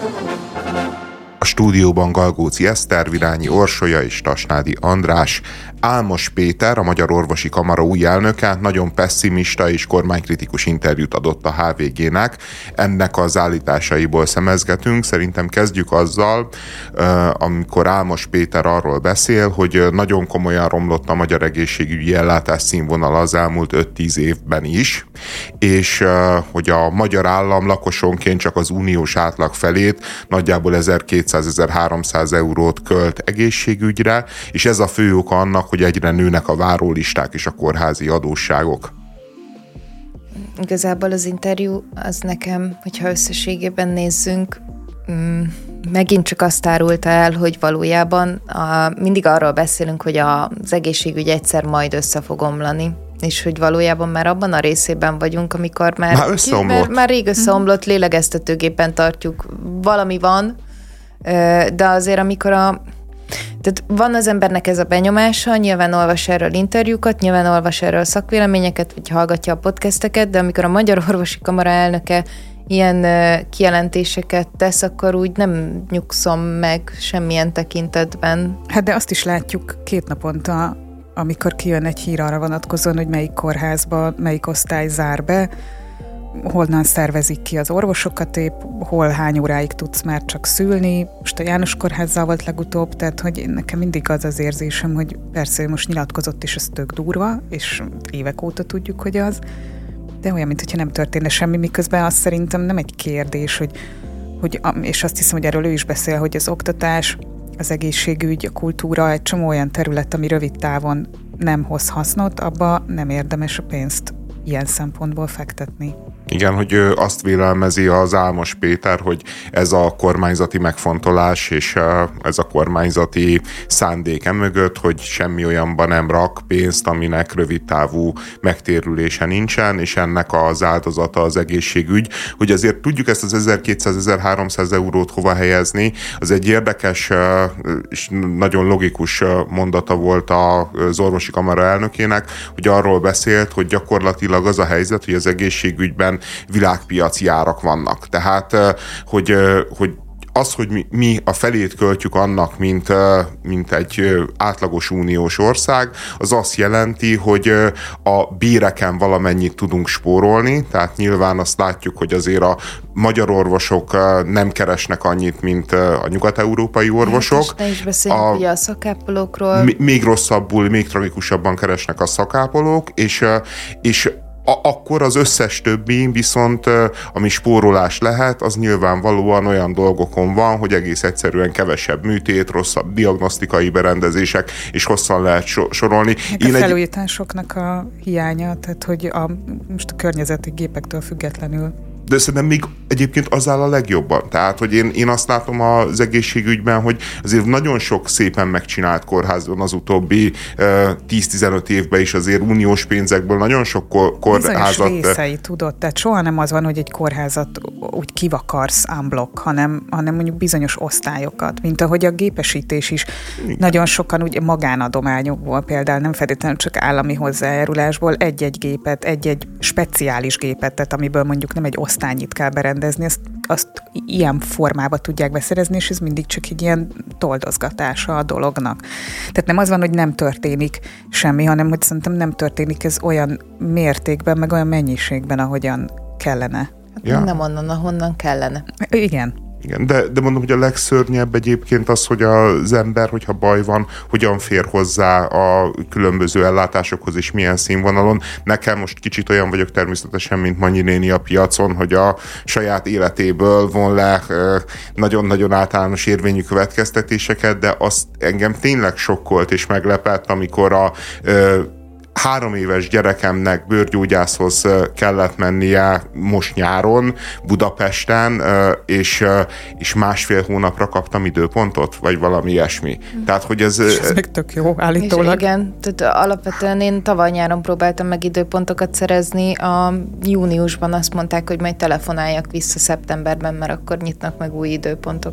A stúdióban Galgóci Eszter, Virányi Orsolya és Tasnádi András. Álmos Péter, a Magyar Orvosi Kamara új elnöke nagyon pesszimista és kormánykritikus interjút adott a HVG-nek. Ennek az állításaiból szemezgetünk. Szerintem kezdjük azzal, amikor Álmos Péter arról beszél, hogy nagyon komolyan romlott a magyar egészségügyi ellátás színvonala az elmúlt 5-10 évben is, és hogy a magyar állam lakosonként csak az uniós átlag felét, nagyjából 1200-1300 eurót költ egészségügyre, és ez a fő oka annak, hogy egyre nőnek a várólisták és a kórházi adósságok. Igazából az interjú az nekem, hogyha összességében nézzünk, megint csak azt árulta el, hogy valójában mindig arról beszélünk, hogy az egészségügy egyszer majd össze fog omlani, és hogy valójában már abban a részében vagyunk, amikor már rég összeomlott, lélegeztetőgépen tartjuk, valami van, de azért amikor tehát van az embernek ez a benyomása, nyilván olvas erről interjúkat, nyilván olvas erről szakvéleményeket, vagy hallgatja a podcasteket, de amikor a Magyar Orvosi Kamara elnöke ilyen kijelentéseket tesz, akkor úgy nem nyugszom meg semmilyen tekintetben. Hát de azt is látjuk 2 naponta, amikor kijön egy hír arra vonatkozóan, hogy melyik kórházba, melyik osztály zár be, honnan szervezik ki az orvosokat épp, hol hány óráig tudsz már csak szülni. Most a János kórházzal volt legutóbb, tehát hogy nekem mindig az érzésem, hogy persze ő most nyilatkozott, és ez tök durva, és évek óta tudjuk, hogy az, de olyan, mintha nem történne semmi, miközben az szerintem nem egy kérdés, hogy és azt hiszem, hogy erről ő is beszél, hogy az oktatás, az egészségügy, a kultúra egy csomó olyan terület, ami rövid távon nem hoz hasznot, abba nem érdemes a pénzt ilyen szempontból fektetni. Igen, hogy azt vélelmezi az Álmos Péter, hogy ez a kormányzati megfontolás és ez a kormányzati szándék emögött, hogy semmi olyanban nem rak pénzt, aminek rövidtávú megtérülése nincsen, és ennek az áldozata az egészségügy. Hogy azért tudjuk ezt az 1200-1300 eurót hova helyezni, az egy érdekes és nagyon logikus mondata volt az orvosi kamara elnökének, hogy arról beszélt, hogy gyakorlatilag az a helyzet, hogy az egészségügyben világpiaci árak vannak. Tehát, hogy az, hogy mi a felét költjük annak, mint egy átlagos uniós ország, az azt jelenti, hogy a béreken valamennyit tudunk spórolni, tehát nyilván azt látjuk, hogy azért a magyar orvosok nem keresnek annyit, mint a nyugat-európai orvosok. Hát, ne is beszéljünk ugye a szakápolókról. Még rosszabbul, még tragikusabban keresnek a szakápolók, és akkor az összes többi viszont, ami spórolás lehet, az nyilvánvalóan olyan dolgokon van, hogy egész egyszerűen kevesebb műtét, rosszabb diagnosztikai berendezések, és hosszan lehet sorolni. A felújításoknak a hiánya, tehát hogy most a környezeti gépektől függetlenül. De szerintem még egyébként az áll a legjobban. Tehát, hogy én azt látom az egészségügyben, hogy azért nagyon sok szépen megcsinált kórházban az utóbbi 10-15 évben is azért uniós pénzekből nagyon sok kórházat... Bizonyos részei, tudod, tehát soha nem az van, hogy egy kórházat úgy kivakarsz unblock, hanem mondjuk bizonyos osztályokat, mint ahogy a gépesítés is. Igen. Nagyon sokan ugye magánadományokból például, nem feltétlenül csak állami hozzájárulásból egy-egy gépet, egy-egy speciális gépet, tehát amiből mondjuk nem egy osztálynyit kell berendezni, azt ilyen formába tudják beszerezni, és ez mindig csak egy ilyen toldozgatása a dolognak. Tehát nem az van, hogy nem történik semmi, hanem hogy szerintem nem történik ez olyan mértékben, meg olyan mennyiségben, ahogyan kellene. Hát ja. Nem onnan, ahonnan kellene. Igen. Igen, de mondom, hogy a legszörnyebb egyébként az, hogy az ember, hogyha baj van, hogyan fér hozzá a különböző ellátásokhoz, és milyen színvonalon. Nekem most kicsit olyan vagyok természetesen, mint Manyi néni a piacon, hogy a saját életéből von le nagyon-nagyon általános érvényű következtetéseket, de azt engem tényleg sokkolt és meglepett, amikor a 3 éves gyerekemnek bőrgyógyászhoz kellett most nyáron Budapesten, és 1,5 hónapra kaptam időpontot, vagy valami ilyesmi. Tehát, hogy ez meg tök jó, állítólag. És igen, tehát alapvetően én tavaly nyáron próbáltam meg időpontokat szerezni, a júniusban azt mondták, hogy majd telefonáljak vissza szeptemberben, mert akkor nyitnak meg új időpontokat.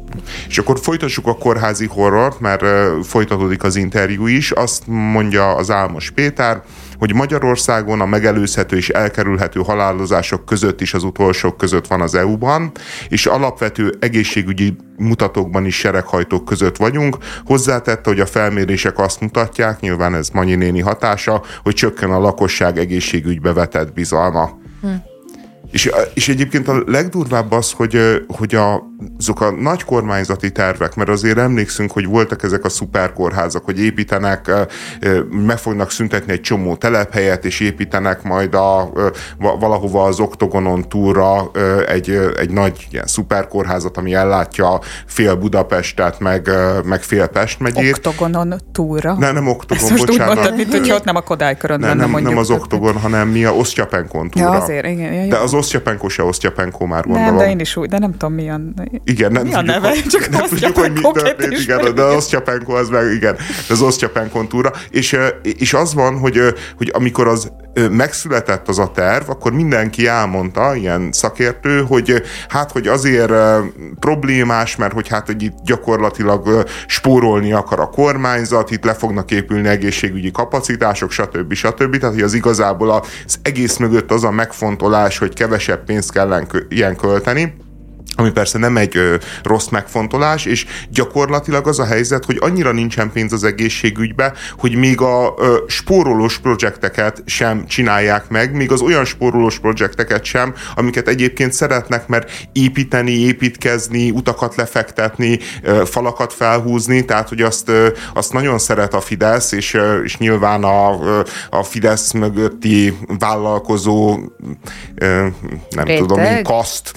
És akkor folytassuk a kórházi horrort, mert folytatódik az interjú is. Azt mondja az Álmos Péter, hogy Magyarországon a megelőzhető és elkerülhető halálozások között is az utolsók között van az EU-ban, és alapvető egészségügyi mutatókban is sereghajtók között vagyunk. Hozzátette, hogy a felmérések azt mutatják, nyilván ez Manyi néni hatása, hogy csökken a lakosság egészségügybe vetett bizalma. És egyébként a legdurvább az, hogy azok a nagy kormányzati tervek, mert azért emlékszünk, hogy voltak ezek a szuperkórházak, hogy építenek, meg fognak szüntetni egy csomó telephelyet, és építenek majd valahova az Oktogonon túlra egy nagy ilyen szuperkórházat, ami ellátja fél Budapestet, meg fél Pest megyét. Oktogonon túlra? Nem Oktogon, ezt most bocsánat. úgy mondtad, mint hogyha ott nem a Kodály-köröndben mondjuk. Nem az Oktogon, hanem mi a Osztyapenkon túlra. Ja, azért, igen. De az Osztyapenko se Osztyapenko már gondolom. Nem, de én is úgy, de nem tudom milyen. Igen, nem a neve, csak nem tudjuk, hogy mi történt, igen, de az Osztyapenko az meg, igen, az Osztyapenkon túlra. És az van, hogy amikor az megszületett az a terv, akkor mindenki elmondta, ilyen szakértő, hogy hogy azért problémás, mert hogy itt gyakorlatilag spórolni akar a kormányzat, itt le fognak épülni egészségügyi kapacitások, stb. Tehát, hogy az igazából az egész mögött az a megfontolás, hogy kevesebb pénzt kell ilyen költeni, ami persze nem egy rossz megfontolás, és gyakorlatilag az a helyzet, hogy annyira nincsen pénz az egészségügybe, hogy még a spórolós projekteket sem csinálják meg, még az olyan spórolós projekteket sem, amiket egyébként szeretnek, mert építkezni, utakat lefektetni, falakat felhúzni, tehát hogy azt nagyon szeret a Fidesz, és nyilván a Fidesz mögötti vállalkozó, nem tudom én, kaszt,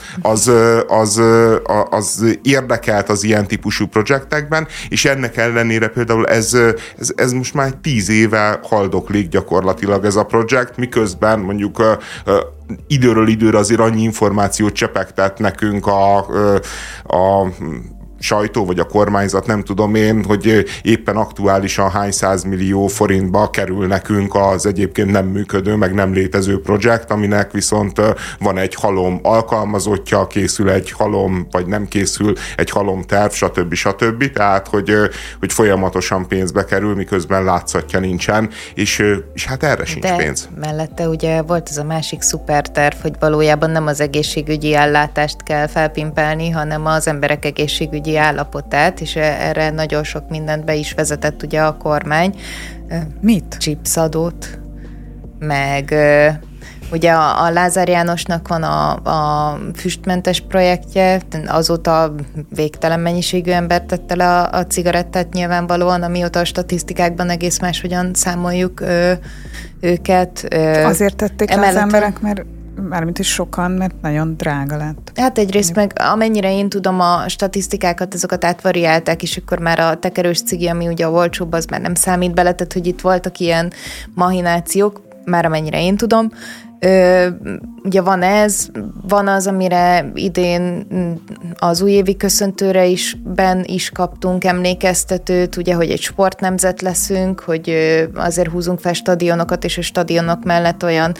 az érdekelt az ilyen típusú projektekben, és ennek ellenére például ez most már 10 éve haldoklik gyakorlatilag ez a projekt, miközben mondjuk időről időre azért annyi információt csepegtet nekünk a sajtó, vagy a kormányzat, nem tudom én, hogy éppen aktuálisan hány 100 millió forintba kerül nekünk az egyébként nem működő, meg nem létező projekt, aminek viszont van egy halom alkalmazottja, készül egy halom, vagy nem készül egy halom terv, stb. Tehát, hogy folyamatosan pénzbe kerül, miközben látszatja nincsen, és hát erre sincs pénz. Mellette ugye volt ez a másik szuperterv, hogy valójában nem az egészségügyi ellátást kell felpimpelni, hanem az emberek egészségügyi állapotát, és erre nagyon sok mindent be is vezetett ugye a kormány. Mit? Chipsadót, meg ugye a Lázár Jánosnak van a füstmentes projektje, azóta végtelen mennyiségű ember tette le a cigarettát nyilvánvalóan, amióta a statisztikákban egész máshogyan számoljuk őket. Azért tették le az emberek, mert mármint is sokan, mert nagyon drága lett. Hát egyrészt meg amennyire én tudom, a statisztikákat, azokat átvariálták, és akkor már a tekerős cigi, ami ugye olcsóbb, az már nem számít bele, tehát hogy itt voltak ilyen mahinációk, már amennyire én tudom. Ugye van az, amire idén az újévi köszöntőre is kaptunk emlékeztetőt, ugye, hogy egy sportnemzet leszünk, hogy azért húzunk fel stadionokat, és a stadionok mellett olyan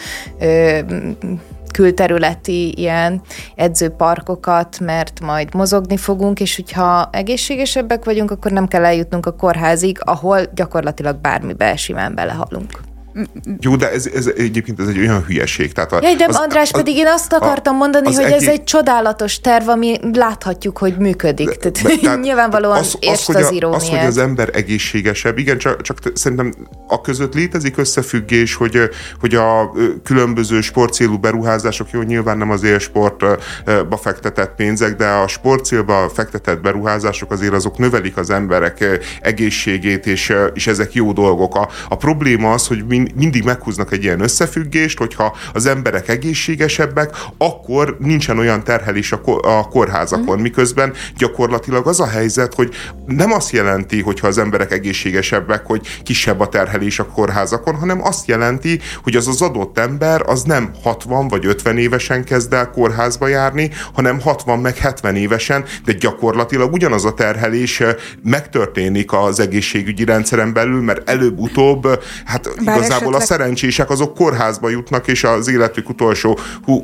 külterületi ilyen edzőparkokat, mert majd mozogni fogunk, és hogyha egészségesebbek vagyunk, akkor nem kell eljutnunk a kórházig, ahol gyakorlatilag bármibe simán belehalunk. Jó, de ez egyébként ez egy olyan hülyeség. Tehát de András, pedig én azt akartam mondani, hogy ez egy csodálatos terv, ami láthatjuk, hogy működik. Tehát nyilvánvalóan értsd az iróniát. Az, hogy az ember egészségesebb, igen, csak szerintem a között létezik összefüggés, hogy a különböző sportcélú beruházások, jó, nyilván nem az élsportba fektetett pénzek, de a sportcélba fektetett beruházások azért azok növelik az emberek egészségét, és ezek jó dolgok. A probléma az, hogy mindig meghúznak egy ilyen összefüggést, hogyha az emberek egészségesebbek, akkor nincsen olyan terhelés a kórházakon, miközben gyakorlatilag az a helyzet, hogy nem azt jelenti, hogyha az emberek egészségesebbek, hogy kisebb a terhelés a kórházakon, hanem azt jelenti, hogy az adott ember az nem 60 vagy 50 évesen kezd el kórházba járni, hanem 60 meg 70 évesen, de gyakorlatilag ugyanaz a terhelés megtörténik az egészségügyi rendszeren belül, mert előbb-utóbb, hát igazából igazából a szerencsések azok kórházba jutnak, és az életük utolsó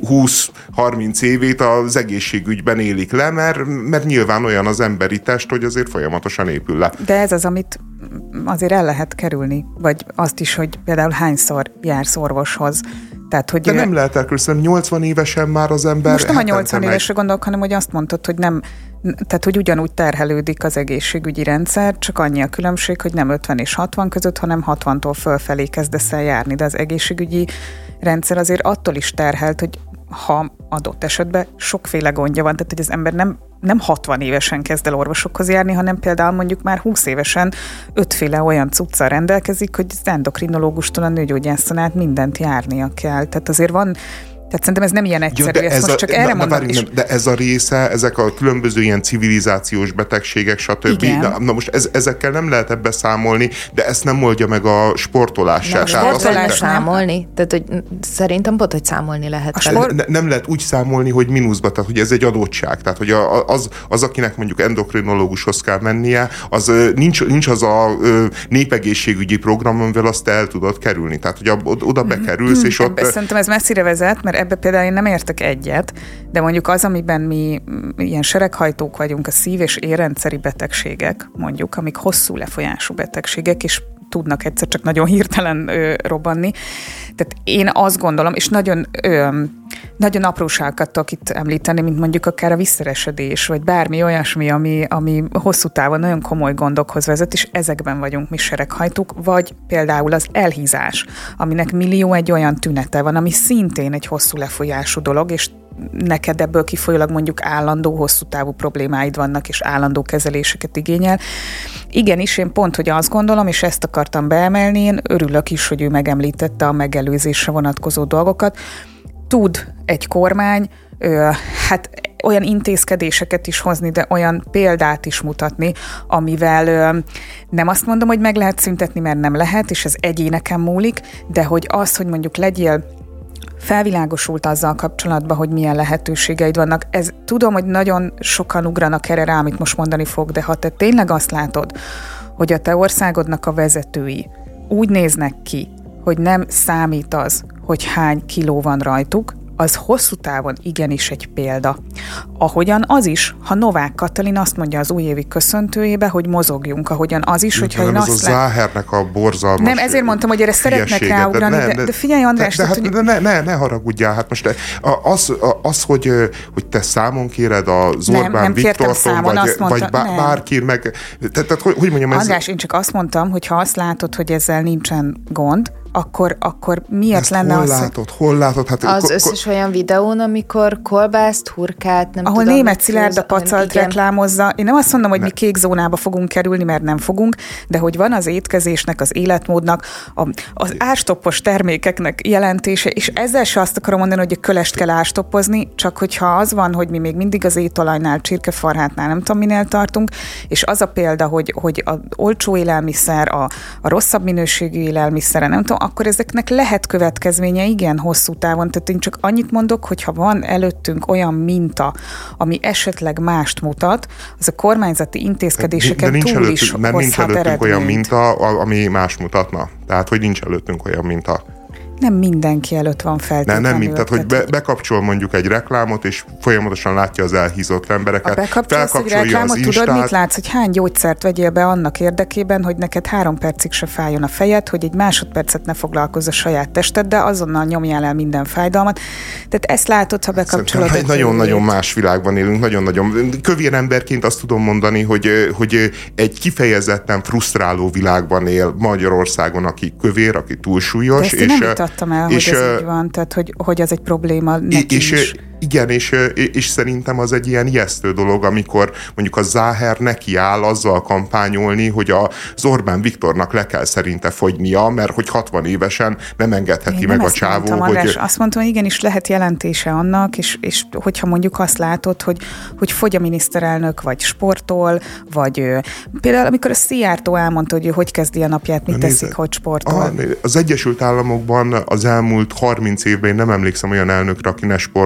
20-30 évét az egészségügyben élik le, mert nyilván olyan az emberi test, hogy azért folyamatosan épül le. De ez az, amit azért el lehet kerülni, vagy azt is, hogy például hányszor jársz orvoshoz. Tehát, hogy de nem lehet elkülönözni, 80 évesen már az ember... Most nem a 80 évesre gondolok, hanem hogy azt mondtad, hogy nem, tehát hogy ugyanúgy terhelődik az egészségügyi rendszer, csak annyi a különbség, hogy nem 50 és 60 között, hanem 60-tól fölfelé kezdesz el járni, de az egészségügyi rendszer azért attól is terhelt, hogy ha adott esetben sokféle gondja van, tehát hogy az ember nem 60 évesen kezd el orvosokhoz járni, hanem például mondjuk már 20 évesen 5 olyan cuccal rendelkezik, hogy az endokrinológustól a nőgyógyászon át mindent járnia kell. Tehát azért van, tehát szerintem ez nem ilyen egyszerű, ezt most csak erre mondom. De ez a része, ezek a különböző ilyen civilizációs betegségek, stb. Na most ezekkel nem lehet ebbe számolni, de ezt nem oldja meg a sportolás se. Sportolás számolni? Tehát, hogy szerintem pont, hogy számolni lehet. Nem lehet úgy számolni, hogy mínuszba, tehát hogy ez egy adottság. Tehát, hogy az akinek mondjuk endokrinológushoz kell mennie, az nincs az a népegészségügyi program, amivel azt el tudod kerülni. Tehát, hogy oda bekerülsz, és ott... Szerintem ez messzire vezet, mert ebbe például én nem értek egyet, de mondjuk az, amiben mi ilyen sereghajtók vagyunk, a szív- és érrendszeri betegségek, mondjuk, amik hosszú lefolyású betegségek, és tudnak egyszer csak nagyon hirtelen robbanni. Tehát én azt gondolom, és nagyon apróságokat tudok itt említeni, mint mondjuk akár a visszaesedés, vagy bármi olyasmi, ami hosszú távon nagyon komoly gondokhoz vezet, és ezekben vagyunk mi sereghajtók, vagy például az elhízás, aminek millió egy olyan tünete van, ami szintén egy hosszú lefolyású dolog, és neked ebből kifolyólag mondjuk állandó, hosszú távú problémáid vannak, és állandó kezeléseket igényel. Igenis, én pont, hogy azt gondolom, és ezt akartam beemelni, én örülök is, hogy ő megemlítette a megelőzésre vonatkozó dolgokat. Tud egy kormány, hát olyan intézkedéseket is hozni, de olyan példát is mutatni, amivel nem azt mondom, hogy meg lehet szüntetni, mert nem lehet, és ez egyéneken múlik, de hogy az, hogy mondjuk legyél felvilágosult azzal kapcsolatban, hogy milyen lehetőségeid vannak. Tudom, hogy nagyon sokan ugranak erre rá, amit most mondani fog, de ha te tényleg azt látod, hogy a te országodnak a vezetői úgy néznek ki, hogy nem számít az, hogy hány kiló van rajtuk, az hosszú távon igenis egy példa. Ahogyan az is, ha Novák Katalin azt mondja az újévi köszöntőjébe, hogy mozogjunk, ahogyan az is, hogyha én azt Záhernek a borzalmas... Nem, ezért mondtam, hogy erre szeretnek ráugrani, de figyelj, András... Ne haragudjál, hát most az, hogy te számon kéred az Orbán Viktortól, vagy bárki, meg... Tehát, hogy mondjam... András, én csak azt mondtam, hogy ha azt látod, hogy ezzel nincsen gond, akkor miért ezt lenne az... Hol látod? Hát az összes olyan videón, amikor kolbászt, hurkát, nem ahol tudom... Németh Szilárd a pacalt reklámozza. Én nem azt mondom, hogy mi kék zónába fogunk kerülni, mert nem fogunk, de hogy van az étkezésnek, az életmódnak, az árstoppos termékeknek jelentése, és ezzel se azt akarom mondani, hogy a kölest kell árstoppozni, csak hogyha az van, hogy mi még mindig az étolajnál, csirkefarhátnál nem tudom minél tartunk, és az a példa, hogy az olcsó élelmiszer, a rosszabb minőségű élelmiszer, nem tudom, akkor ezeknek lehet következménye, igen, hosszú távon. Tehát én csak annyit mondok, hogy ha van előttünk olyan minta, ami esetleg mást mutat, az a kormányzati intézkedéseken túl is hozhat eredményt. Nincs előttünk olyan minta, ami más mutatna. Tehát, hogy nincs előttünk olyan minta. Nem mindenki előtt van feltétlenül. Nem, tehát, hogy bekapcsol mondjuk egy reklámot, és folyamatosan látja az elhízott embereket. Bekapcsolsz egy reklámot, tudod, mit látsz, hogy hány gyógyszert vegyél be annak érdekében, hogy neked 3 percig se fájjon a fejed, hogy egy másodpercet ne foglalkozz a saját testeddel, azonnal nyomjál el minden fájdalmat. Tehát ezt látod, ha bekapcsolod. Nagyon-nagyon más világban élünk, nagyon-nagyon. Kövér emberként azt tudom mondani, hogy egy kifejezetten frusztráló világban él Magyarországon, aki kövér, aki túlsúlyos. Adtam el, hogy ez így van, tehát hogy az egy probléma neki is. Igen, és szerintem az egy ilyen ijesztő dolog, amikor mondjuk a Záher nekiáll azzal kampányolni, hogy az Orbán Viktornak le kell szerinte fogynia, mert hogy 60 évesen nem engedheti meg a csávó. András, azt mondtam, hogy igenis lehet jelentése annak, és hogyha mondjuk azt látod, hogy fogy a miniszterelnök, vagy sportol, vagy például amikor a Szijjártó elmondta, hogy kezdi a napját, mit teszik, hogy sportol. Az Egyesült Államokban az elmúlt 30 évben én nem emlékszem olyan elnökre, aki ne sportolt volna,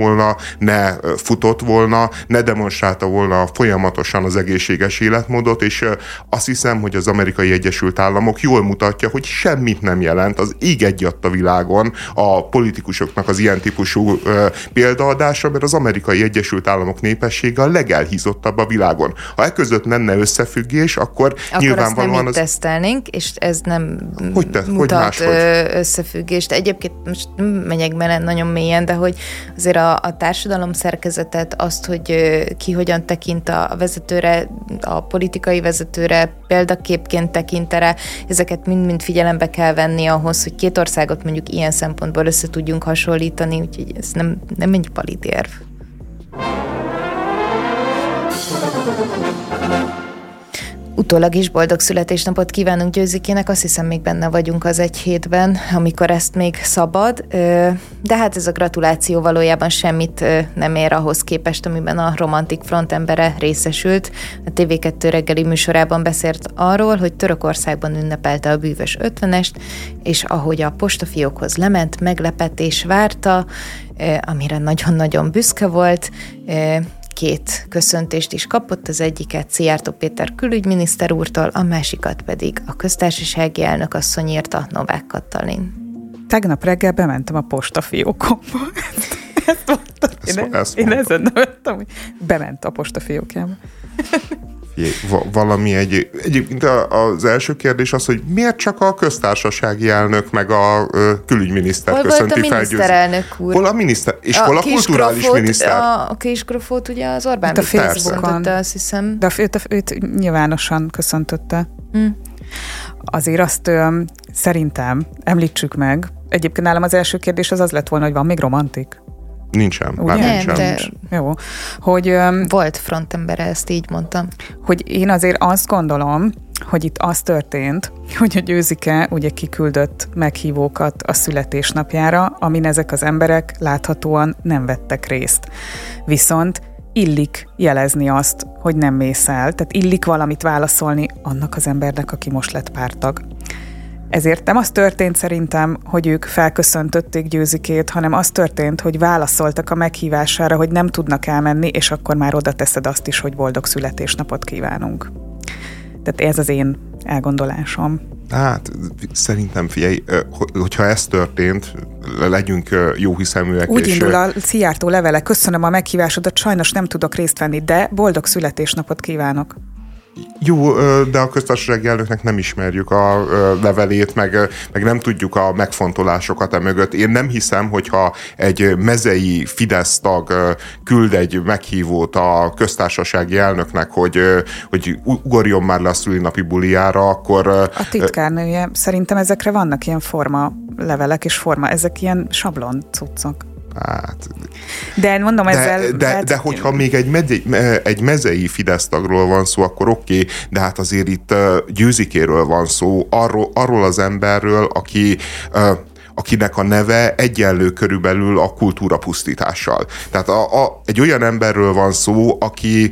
volna, ne futott volna, ne demonstrálta volna folyamatosan az egészséges életmódot, és azt hiszem, hogy az Amerikai Egyesült Államok jól mutatja, hogy semmit nem jelent az ég egyatt a világon a politikusoknak az ilyen típusú példaadása, mert az Amerikai Egyesült Államok népessége a legelhízottabb a világon. Ha e között lenne összefüggés, akkor nyilvánvalóan azt nem tesztelnénk, és ez nem mutat összefüggést. Egyébként most nem megyek bele nagyon mélyen, de hogy azért a társadalom szerkezetet, azt, hogy ki hogyan tekint a vezetőre, a politikai vezetőre, példaképként tekint rá, ezeket mind-mind figyelembe kell venni ahhoz, hogy két országot mondjuk ilyen szempontból össze tudjunk hasonlítani, úgyhogy ez nem egy valid érv. Utólag is boldog születésnapot kívánunk Győzikének, azt hiszem még benne vagyunk az egy hétben, amikor ezt még szabad, de hát ez a gratuláció valójában semmit nem ér ahhoz képest, amiben a Romantik Front embere részesült. A TV2 reggeli műsorában beszélt arról, hogy Törökországban ünnepelte a bűvös 50-est, és ahogy a postafiókhoz lement, meglepetés várta, amire nagyon-nagyon büszke volt, 2 köszöntést is kapott, az egyiket Szijjártó Péter külügyminiszter úrtól, a másikat pedig a köztársasági elnök asszony írta, Novák Katalin. Tegnap reggel bementem a postafiókomba. Én ezen nevettem, hogy bement a postafiókjába. Valami egyébként az első kérdés az, hogy miért csak a köztársasági elnök meg a külügyminiszter köszönti fel? Hol volt a miniszterelnök úr? Hol a miniszter? És hol a kulturális miniszter? A Kisgrofót ugye az Orbán Facebookon, azt hiszem. De őt nyilvánosan köszöntötte. Azért azt szerintem említsük meg. Egyébként nálam az első kérdés az lett volna, hogy van még romantik? Nincsen. Nincsen. De... Jó. Hogy, volt frontembere, ezt így mondtam. Hogy én azért azt gondolom, hogy itt az történt, hogy a Győzike ugye kiküldött meghívókat a születésnapjára, amin ezek az emberek láthatóan nem vettek részt. Viszont illik jelezni azt, hogy nem mész el, tehát illik valamit válaszolni annak az embernek, aki most lett párttag. Ezért nem az történt szerintem, hogy ők felköszöntötték Győzikét, hanem az történt, hogy válaszoltak a meghívására, hogy nem tudnak elmenni, és akkor már oda teszed azt is, hogy boldog születésnapot kívánunk. Tehát ez az én elgondolásom. Hát szerintem figyelj, hogyha ez történt, legyünk jóhiszeműek. Úgy indul a Szijjártó levele, köszönöm a meghívásodat, sajnos nem tudok részt venni, de boldog születésnapot kívánok. Jó, de a köztársasági elnöknek nem ismerjük a levelét, meg nem tudjuk a megfontolásokat emögött. Én nem hiszem, hogyha egy mezei Fidesz tag küld egy meghívót a köztársasági elnöknek, hogy ugorjon már le a szülinapi bulijára, akkor... A titkárnője, szerintem ezekre vannak ilyen forma levelek és ezek ilyen sablon cuccok. Hát, de mondom ezzel... De hogyha még egy mezei Fidesz tagról van szó, akkor oké, de hát azért itt Győzikéről van szó, arról az emberről, akinek a neve egyenlő körülbelül a kultúrapusztítással. Tehát egy olyan emberről van szó, aki...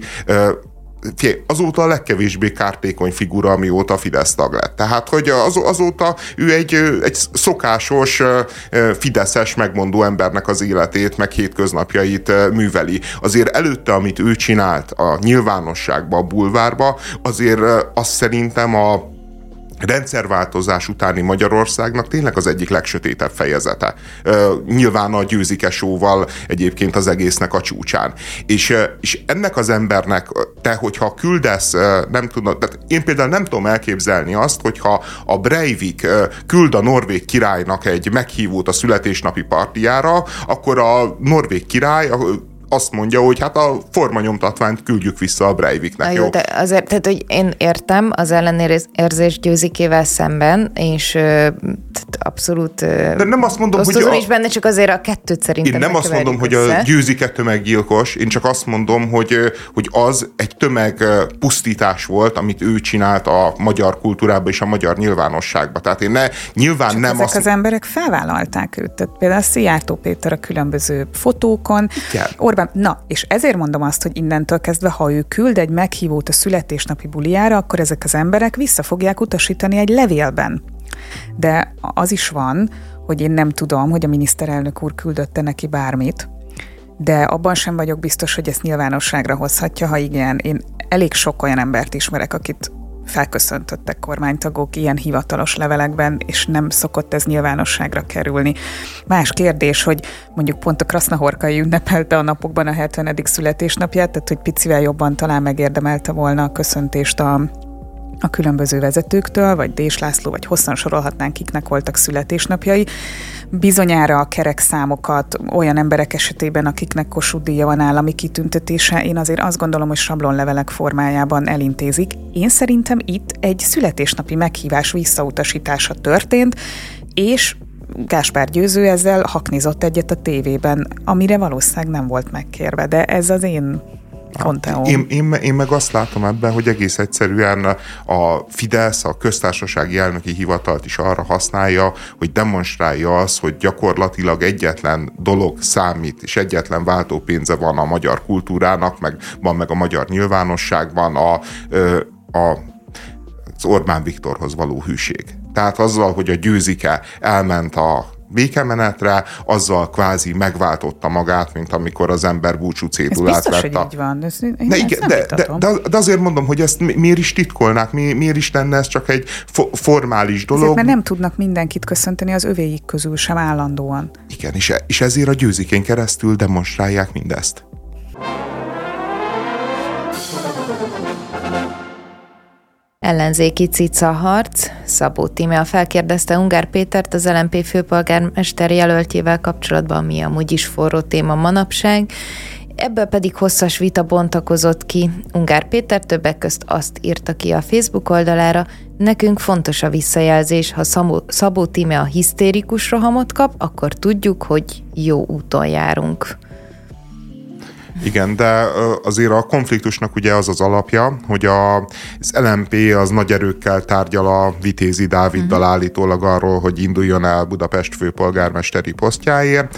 azóta a legkevésbé kártékony figura, amióta Fidesz tag lett. Tehát, hogy azóta ő egy szokásos, fideszes, megmondó embernek az életét, meg hétköznapjait műveli. Azért előtte, amit ő csinált a nyilvánosságba, a bulvárba, azért azt szerintem a rendszerváltozás utáni Magyarországnak tényleg az egyik legsötétebb fejezete. Nyilván a Győzike show-val egyébként az egésznek a csúcsán. És ennek az embernek, te, hogyha küldesz, nem tudom, tehát én például nem tudom elképzelni azt, hogyha a Breivik küld a norvég királynak egy meghívót a születésnapi partijára, akkor a norvég király azt mondja, hogy hát a formanyomtatványt küldjük vissza a Breiviknek. Jó, de azért, tehát, hogy én értem az ellenérzés Győzikével szemben, és abszolút de nem azt mondom, hogy is benne, csak azért a kettőt szerintem én nem azt mondom, hogy a Győzike tömeggyilkos, én csak azt mondom, hogy az egy tömegpusztítás volt, amit ő csinált a magyar kultúrába és a magyar nyilvánosságba. Tehát én nyilván csak nem ezek az emberek felvállalták őt. Tehát például Szijjártó Péter a különböző fotókon, Orbán. Na, és ezért mondom azt, hogy innentől kezdve, ha ő küld egy meghívót a születésnapi bulijára, akkor ezek az emberek vissza fogják utasítani egy levélben. De az is van, hogy én nem tudom, hogy a miniszterelnök úr küldötte neki bármit, de abban sem vagyok biztos, hogy ezt nyilvánosságra hozhatja, ha igen, én elég sok olyan embert ismerek, akit felköszöntöttek kormánytagok ilyen hivatalos levelekben, és nem szokott ez nyilvánosságra kerülni. Más kérdés, hogy mondjuk pont a Krasznahorkai ünnepelte a napokban a 70. születésnapját, tehát hogy picivel jobban talán megérdemelte volna a köszöntést a különböző vezetőktől, vagy Dés László, vagy hosszan sorolhatnánk, kiknek voltak születésnapjai. Bizonyára a kerekszámokat olyan emberek esetében, akiknek Kossuth-díja van, állami kitüntetése, én azért azt gondolom, hogy sablonlevelek formájában elintézik. Én szerintem itt egy születésnapi meghívás visszautasítása történt, és Gáspár Győző ezzel haknizott egyet a tévében, amire valószínűleg nem volt megkérve, de ez az én konteóm. Én meg azt látom ebben, hogy egész egyszerűen a Fidesz a köztársasági elnöki hivatalt is arra használja, hogy demonstrálja azt, hogy gyakorlatilag egyetlen dolog számít, és egyetlen váltópénze van a magyar kultúrának, van meg a magyar nyilvánosságban az Orbán Viktorhoz való hűség. Tehát azzal, hogy a Győzike elment a békemenetre, azzal kvázi megváltotta magát, mint amikor az ember búcsú cédulát vett. Ez biztos, hogy így van. De azért mondom, hogy ezt miért is titkolnák, miért is lenne ez csak egy formális dolog. Ezért, mert nem tudnak mindenkit köszönteni az övéik közül sem állandóan. Igen, és ezért a Győzikén keresztül demonstrálják mindezt. Ellenzéki cicaharc. Szabó Tímea felkérdezte Ungár Pétert, az LMP főpolgármester jelöltjével kapcsolatban, mi amúgy is forró téma manapság. Ebből pedig hosszas vita bontakozott ki. Ungár Péter többek közt azt írta ki a Facebook oldalára: nekünk fontos a visszajelzés, ha Szabó Tímea hisztérikus rohamot kap, akkor tudjuk, hogy jó úton járunk. Igen, de azért a konfliktusnak ugye az az alapja, hogy az LMP az nagy erőkkel tárgyal a Vitézi Dáviddal állítólag arról, hogy induljon el Budapest főpolgármesteri posztjáért,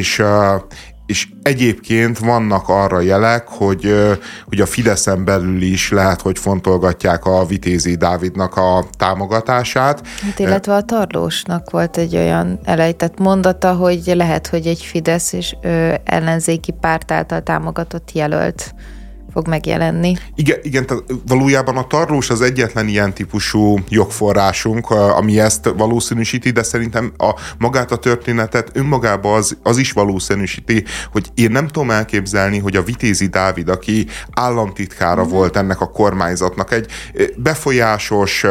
és egyébként vannak arra jelek, hogy a Fideszen belül is lehet, hogy fontolgatják a Vitézi Dávidnak a támogatását. Hát, illetve a Tarlósnak volt egy olyan elejtett mondata, hogy lehet, hogy egy Fidesz és ellenzéki párt által támogatott jelölt fog megjelenni. Igen, tehát valójában a Tarlós az egyetlen ilyen típusú jogforrásunk, ami ezt valószínűsíti, de szerintem magát a történetet önmagában az is valószínűsíti, hogy én nem tudom elképzelni, hogy a Vitézi Dávid, aki államtitkára volt ennek a kormányzatnak, egy befolyásos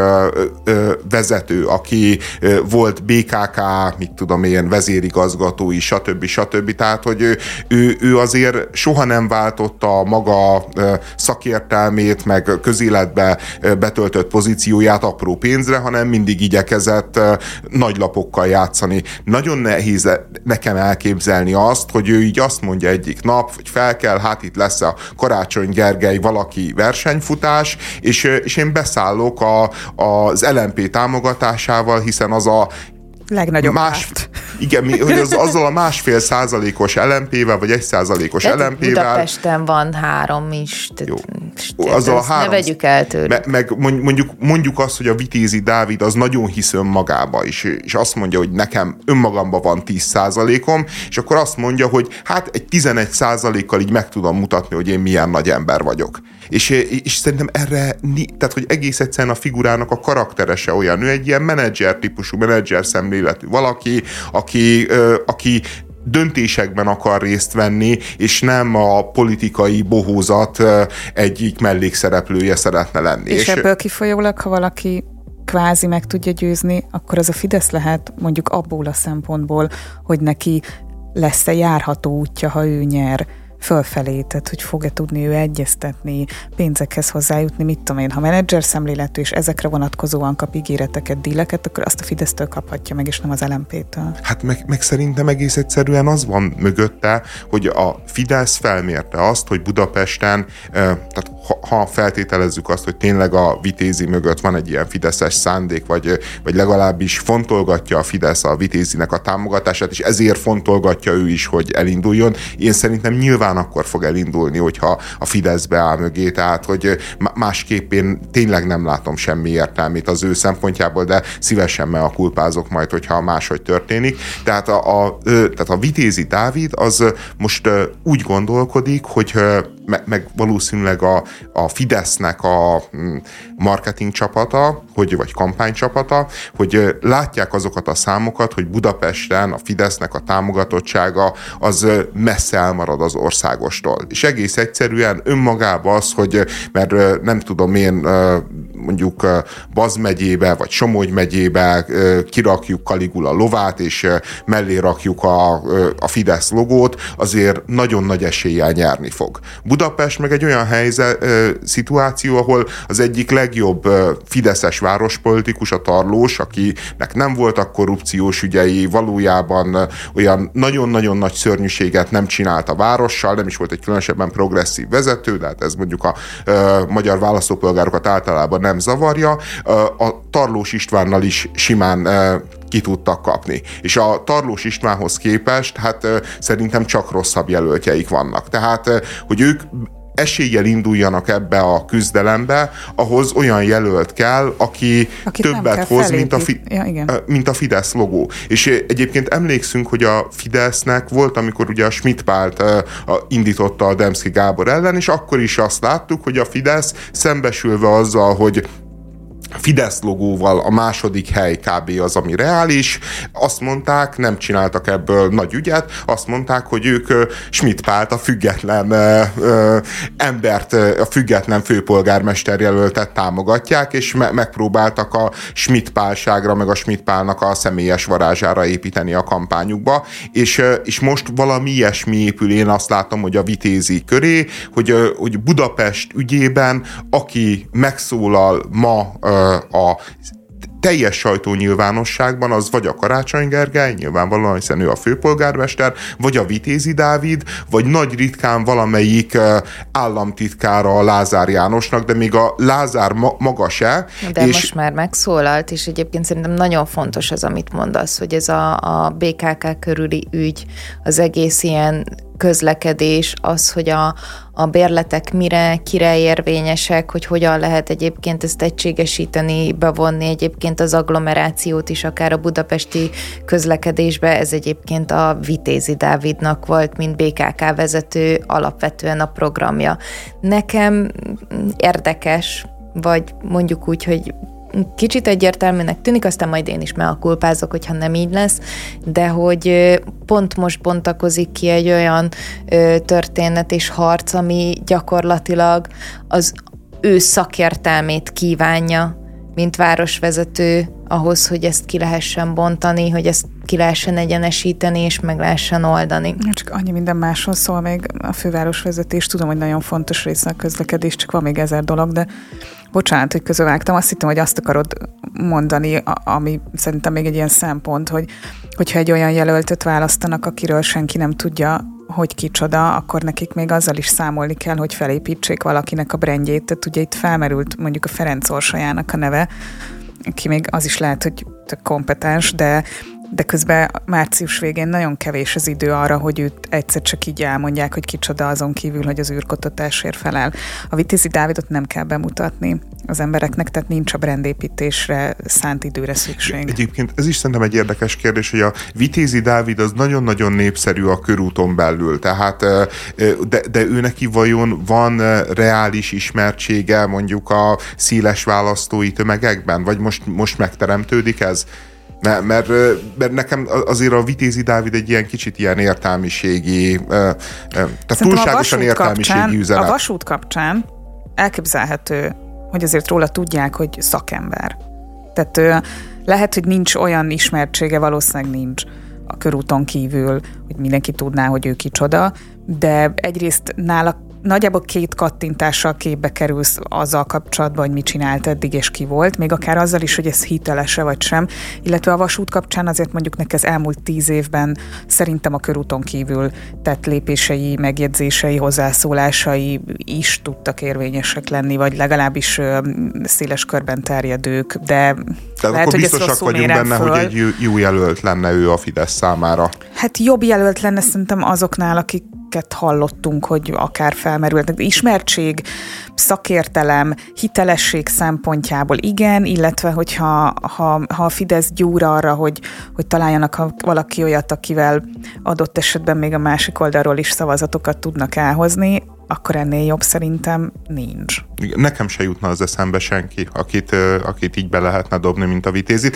vezető, aki volt BKK, mit tudom én, vezérigazgatói, stb. Tehát, hogy ő azért soha nem váltotta a maga szakértelmét, meg közéletbe betöltött pozícióját apró pénzre, hanem mindig igyekezett nagy lapokkal játszani. Nagyon nehéz nekem elképzelni azt, hogy ő így azt mondja egyik nap, hogy fel kell, hát itt lesz a Karácsony Gergely valaki versenyfutás, és én beszállok az LMP támogatásával, hiszen az a legnagyobb párt. Igen, hogy azzal a 1,5%-os LMP-vel, vagy 1%-os LMP-vel... Budapesten van 3 is. Jó. Azzal a 3, ne vegyük el tőlük. Meg mondjuk azt, hogy a Vitézi Dávid az nagyon hisz önmagába is, és azt mondja, hogy nekem önmagamban van 10%-om, és akkor azt mondja, hogy hát egy 11%-kal így meg tudom mutatni, hogy én milyen nagy ember vagyok. És szerintem erre, tehát hogy egész egyszerűen a figurának a karakterese olyan, ő egy ilyen menedzser típusú, menedzser szemléletű valaki, aki döntésekben akar részt venni, és nem a politikai bohózat egyik mellékszereplője szeretne lenni. És ebből kifolyólag, ha valaki kvázi meg tudja győzni, akkor az a Fidesz lehet mondjuk abból a szempontból, hogy neki lesz-e járható útja, ha ő nyer fölfelé, tehát hogy fog-e tudni ő egyeztetni, pénzekhez hozzájutni, mit tudom én, ha menedzser szemléletű, és ezekre vonatkozóan kap ígéreteket, díleket, akkor azt a Fidesztől kaphatja meg, és nem az LMP-től. Hát meg szerintem egész egyszerűen az van mögötte, hogy a Fidesz felmérte azt, hogy Budapesten, tehát ha feltételezzük azt, hogy tényleg a Vitézi mögött van egy ilyen fideszes szándék, vagy legalábbis fontolgatja a Fidesz a Vitézinek a támogatását, és ezért fontolgatja ő is, hogy elinduljon. Én szerintem nyilván pusztán akkor fog elindulni, hogyha a Fidesz beáll mögé, tehát hogy másképp én tényleg nem látom semmi értelmét az ő szempontjából, de szívesen meakulpázok majd, hogyha máshogy történik. Tehát a Vitézi Dávid az most úgy gondolkodik, hogy meg valószínűleg a Fidesznek a marketing csapata, vagy kampánycsapata, hogy látják azokat a számokat, hogy Budapesten a Fidesznek a támogatottsága az messze elmarad az országostól. És egész egyszerűen önmagában az, hogy mert nem tudom én mondjuk Baz megyébe, vagy Somogy megyébe kirakjuk Caligula lovát, és mellé rakjuk a Fidesz logót, azért nagyon nagy eséllyel nyerni fog. Budapest meg egy olyan szituáció, ahol az egyik legjobb fideszes várospolitikus, a Tarlós, akinek nem voltak korrupciós ügyei, valójában olyan nagyon-nagyon nagy szörnyűséget nem csinált a várossal, nem is volt egy különösebben progresszív vezető, de hát ez mondjuk a magyar választópolgárokat általában nem zavarja. A Tarlós Istvánnal is simán ki tudtak kapni. És a Tarlós Istvánhoz képest hát szerintem csak rosszabb jelöltjeik vannak. Tehát, hogy ők eséllyel induljanak ebbe a küzdelembe, ahhoz olyan jelölt kell, aki többet hoz, mint a Fidesz logó. És egyébként emlékszünk, hogy a Fidesznek volt, amikor ugye a Schmidt Pált indította a Demszky Gábor ellen, és akkor is azt láttuk, hogy a Fidesz szembesülve azzal, hogy Fidesz logóval a második hely kb. Az, ami reális. Azt mondták, nem csináltak ebből nagy ügyet, azt mondták, hogy ők Schmidt Pált, a független embert, a független főpolgármester jelöltet támogatják, és megpróbáltak a Schmidt Pálságra, meg a Schmidt Pálnak a személyes varázsára építeni a kampányukba, és most valami ilyesmi épül, én azt látom, hogy a Vitézi köré, hogy Budapest ügyében, aki megszólal ma a teljes sajtónyilvánosságban, az vagy a Karácsony Gergely, nyilvánvalóan, hiszen ő a főpolgármester, vagy a Vitézi Dávid, vagy nagy ritkán valamelyik államtitkára a Lázár Jánosnak, de még a Lázár maga se. De most már megszólalt, és egyébként szerintem nagyon fontos az, amit mondasz, hogy ez a BKK körüli ügy, az egész ilyen közlekedés, az, hogy a bérletek kire érvényesek, hogy hogyan lehet egyébként ezt egységesíteni, bevonni egyébként az agglomerációt is, akár a budapesti közlekedésbe, ez egyébként a Vitézi Dávidnak volt, mint BKK vezető alapvetően a programja. Nekem érdekes, vagy mondjuk úgy, hogy kicsit egyértelműnek tűnik, aztán majd én is meakulpázok, hogyha nem így lesz, de hogy pont most bontakozik ki egy olyan történet és harc, ami gyakorlatilag az ő szakértelmét kívánja, mint városvezető, ahhoz, hogy ezt ki lehessen bontani, hogy ezt ki lehessen egyenesíteni, és meg lehessen oldani. Csak annyi minden másról szól még a fővárosvezetés. Tudom, hogy nagyon fontos része a közlekedés, csak van még 1000 dolog, de bocsánat, hogy közövágtam. Azt hittem, hogy azt akarod mondani, ami szerintem még egy ilyen szempont, hogyha egy olyan jelöltöt választanak, akiről senki nem tudja, hogy kicsoda, akkor nekik még azzal is számolni kell, hogy felépítsék valakinek a brandjét. Tehát ugye itt felmerült mondjuk a Ferenc Orsolyának a neve, aki még az is lehet, hogy kompetens, de közben március végén nagyon kevés az idő arra, hogy őt egyszer csak így elmondják, hogy kicsoda, azon kívül, hogy az űrkutatásért felel. A Vitézi Dávidot nem kell bemutatni az embereknek, tehát nincs a brandépítésre szánt időre szükség. Egyébként ez is szerintem egy érdekes kérdés, hogy a Vitézi Dávid az nagyon-nagyon népszerű a körúton belül, tehát de ő neki vajon van reális ismertsége mondjuk a széles választói tömegekben, vagy most megteremtődik ez? Mert nekem azért a Vitézi Dávid egy ilyen kicsit ilyen értelmiségi, tehát túlságosan értelmiségi üzenet. A vasút kapcsán elképzelhető, hogy azért róla tudják, hogy szakember. Tehát lehet, hogy nincs olyan ismertsége, valószínűleg nincs a körúton kívül, hogy mindenki tudná, hogy ő kicsoda, de egyrészt nála nagyjából 2 kattintással képbe kerülsz azzal kapcsolatban, hogy mit csinált eddig és ki volt, még akár azzal is, hogy ez hiteles-e vagy sem, illetve a vasút kapcsán azért mondjuk neki az elmúlt 10 évben szerintem a körúton kívül tett lépései, megjegyzései, hozzászólásai is tudtak érvényesek lenni, vagy legalábbis széles körben terjedők, de tehát lehet, akkor hogy biztosak vagyunk benne, hogy egy jó jelölt lenne ő a Fidesz számára. Hát jobb jelölt lenne szerintem azoknál, akik ilyeneket hallottunk, hogy akár felmerültek. Ismertség, szakértelem, hitelesség szempontjából igen, illetve hogyha a Fidesz gyúr arra, hogy találjanak valaki olyat, akivel adott esetben még a másik oldalról is szavazatokat tudnak elhozni, akkor ennél jobb szerintem nincs. Nekem se jutna az eszembe senki, akit így be lehetne dobni, mint a Vitézit.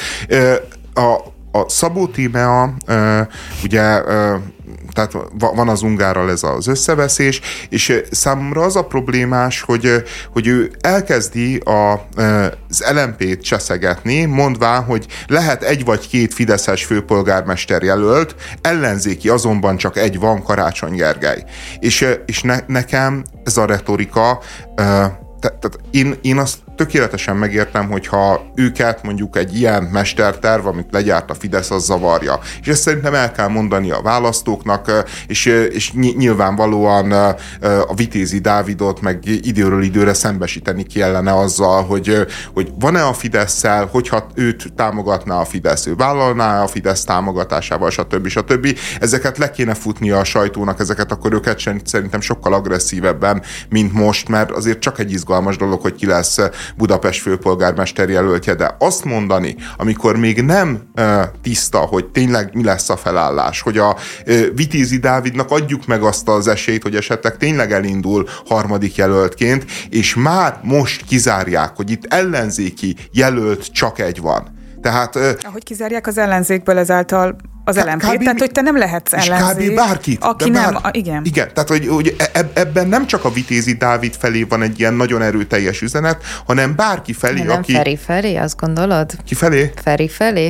A Szabó Tímea, ugye, tehát van az Ungárral ez az összeveszés, és számomra az a problémás, hogy ő elkezdi az LMP-t cseszegetni, mondván, hogy lehet 1 vagy 2 fideszes főpolgármester jelölt, ellenzéki azonban csak 1 van, Karácsony Gergely. És nekem ez a retorika, tehát én azt tökéletesen megértem, hogyha őket mondjuk egy ilyen mesterterv, amit legyárt a Fidesz, az zavarja. És ezt szerintem el kell mondani a választóknak, és nyilvánvalóan a Vitézi Dávidot meg időről időre szembesíteni kellene azzal, hogy van-e a Fidesszel, hogyha őt támogatná a Fidesz, ő vállalná a Fidesz támogatásával, stb. Ezeket le kéne futnia a sajtónak, ezeket akkor őket szerintem sokkal agresszívebben, mint most, mert azért csak egy izgalmas dolog, hogy ki lesz Budapest főpolgármester jelöltje, de azt mondani, amikor még nem tiszta, hogy tényleg mi lesz a felállás, hogy a Vitézi Dávidnak adjuk meg azt az esélyt, hogy esetleg tényleg elindul harmadik jelöltként, és már most kizárják, hogy itt ellenzéki jelölt csak 1 van. Tehát, ahogy kizárják az ellenzékből ezáltal az LMP-t, tehát hogy te nem lehetsz ellenzék. És kb. Bárkit. Aki nem, igen. Igen, tehát hogy ebben nem csak a Vitézi Dávid felé van egy ilyen nagyon erőteljes üzenet, hanem bárki felé, nem aki... Feri felé, azt gondolod? Ki felé? Feri felé?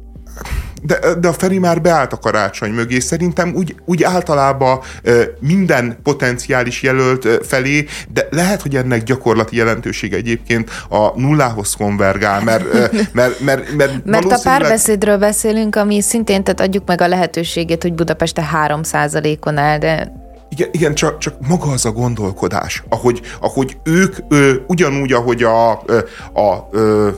De a Feri már beállt a Karácsony mögé. Szerintem úgy általában minden potenciális jelölt felé, de lehet, hogy ennek gyakorlati jelentősége egyébként a nullához konvergál, mert a párbeszédről beszélünk, ami szintén, tehát adjuk meg a lehetőségét, hogy Budapeste 3%-on áll, de... Igen, csak maga az a gondolkodás, ahogy ők ugyanúgy, ahogy a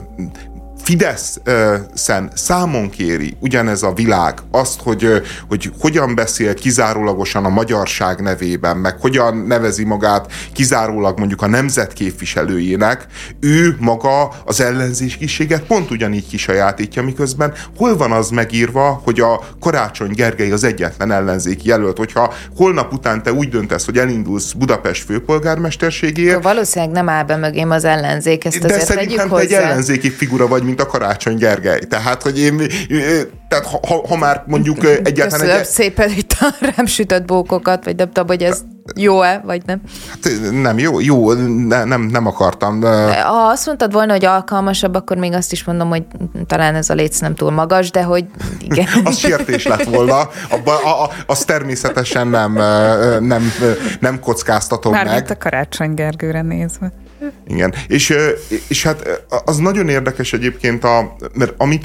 Fideszen számon kéri ugyanez a világ azt, hogy hogyan beszél kizárólagosan a magyarság nevében, meg hogyan nevezi magát kizárólag mondjuk a nemzet képviselőjének, ő maga az ellenzékiséget pont ugyanígy kisajátítja, miközben hol van az megírva, hogy a Karácsony Gergely az egyetlen ellenzéki jelölt, hogyha holnap után te úgy döntesz, hogy elindulsz Budapest főpolgármesterségéért. Valószínűleg nem áll be mögém az ellenzék, ezt azért tegyük hozzá. De szerintem egy ellenzéki figura vagy, mint a Karácsony Gergely. Tehát, hogy tehát ha már mondjuk egyáltalán... Köszönöm szépen itt a rám sütött bókokat, vagy nem tudom, hogy ez jó-e, vagy nem? Hát nem, jó, nem akartam. Ha azt mondtad volna, hogy alkalmasabb, akkor még azt is mondom, hogy talán ez a léc nem túl magas, de hogy igen. Az sértés lett volna. Azt természetesen nem kockáztatom meg. Mármint a Karácsony Gergőre nézve. Igen, és hát az nagyon érdekes egyébként, mert amit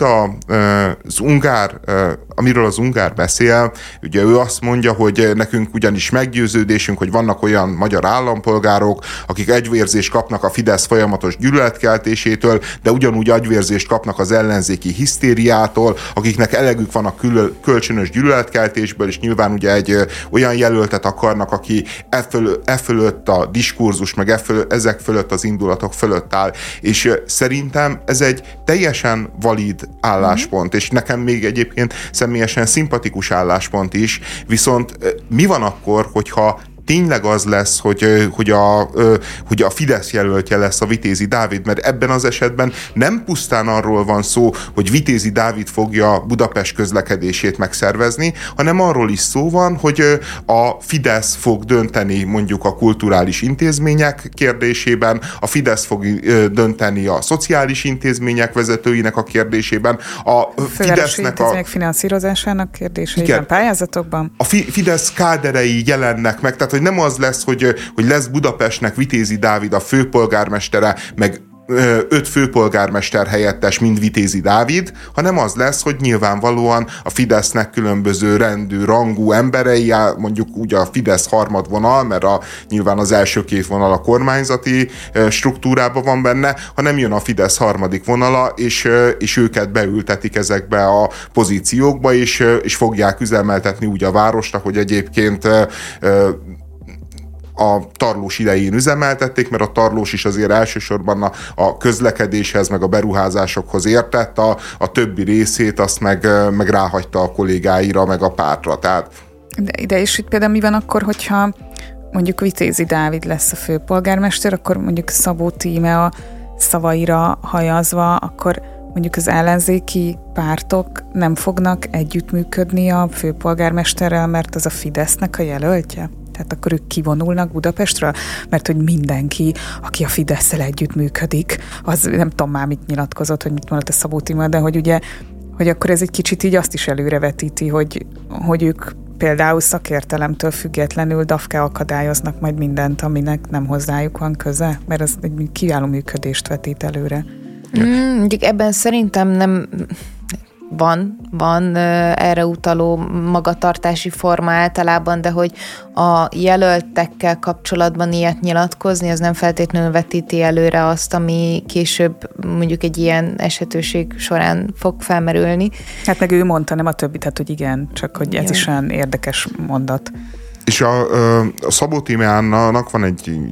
amiről az Ungár beszél, ugye ő azt mondja, hogy nekünk ugyanis meggyőződésünk, hogy vannak olyan magyar állampolgárok, akik agyvérzést kapnak a Fidesz folyamatos gyűlöletkeltésétől, de ugyanúgy agyvérzést kapnak az ellenzéki hisztériától, akiknek elegük van a kölcsönös gyűlöletkeltésből, és nyilván ugye egy olyan jelöltet akarnak, aki fölött a diskurzus, meg ezek fölött az indulatok fölött áll. És szerintem ez egy teljesen valid álláspont, és nekem még egyébként személyesen szimpatikus álláspont is, viszont mi van akkor, hogyha tényleg az lesz, hogy a Fidesz jelöltje lesz a Vitézi Dávid, mert ebben az esetben nem pusztán arról van szó, hogy Vitézi Dávid fogja Budapest közlekedését megszervezni, hanem arról is szó van, hogy a Fidesz fog dönteni mondjuk a kulturális intézmények kérdésében, a Fidesz fog dönteni a szociális intézmények vezetőinek a kérdésében, a Fidesznek a finanszírozásának kérdéseiben, pályázatokban. A Fidesz káderei jelennek meg, tehát hogy nem az lesz, hogy lesz Budapestnek Vitézi Dávid a főpolgármestere, meg 5 főpolgármester helyettes, mint Vitézi Dávid, hanem az lesz, hogy nyilvánvalóan a Fidesznek különböző rendű, rangú emberei, mondjuk úgy a Fidesz harmadvonal, mert nyilván az első 2 vonal a kormányzati struktúrában van benne, hanem jön a Fidesz harmadik vonala, és őket beültetik ezekbe a pozíciókba, és fogják üzemeltetni úgy a várost, ahogy egyébként a Tarlós idején üzemeltették, mert a Tarlós is azért elsősorban a közlekedéshez, meg a beruházásokhoz értett, a többi részét azt meg ráhagyta a kollégáira, meg a pártra. Tehát... De és itt például mi van akkor, hogyha mondjuk Vitézi Dávid lesz a főpolgármester, akkor mondjuk Szabó Tíme a szavaira hajazva, akkor mondjuk az ellenzéki pártok nem fognak együttműködni a főpolgármesterrel, mert az a Fidesznek a jelöltje? Tehát akkor ők kivonulnak Budapestről? Mert hogy mindenki, aki a Fidesszel együttműködik, az nem tudom már mit nyilatkozott, hogy mit mondott a Szabó Tíme, de hogy ugye, hogy akkor ez egy kicsit így azt is előrevetíti, hogy ők például szakértelemtől függetlenül dafke akadályoznak majd mindent, aminek nem hozzájuk van köze, mert ez egy kiváló működést vetít előre. Mondjuk ebben szerintem nem van erre utaló magatartási forma általában, de hogy a jelöltekkel kapcsolatban ilyet nyilatkozni, az nem feltétlenül vetíti előre azt, ami később mondjuk egy ilyen esetőség során fog felmerülni. Hát meg ő mondta, nem a többi, tehát hogy igen, csak hogy ez is olyan érdekes mondat. És a Szabó Tímeánnak van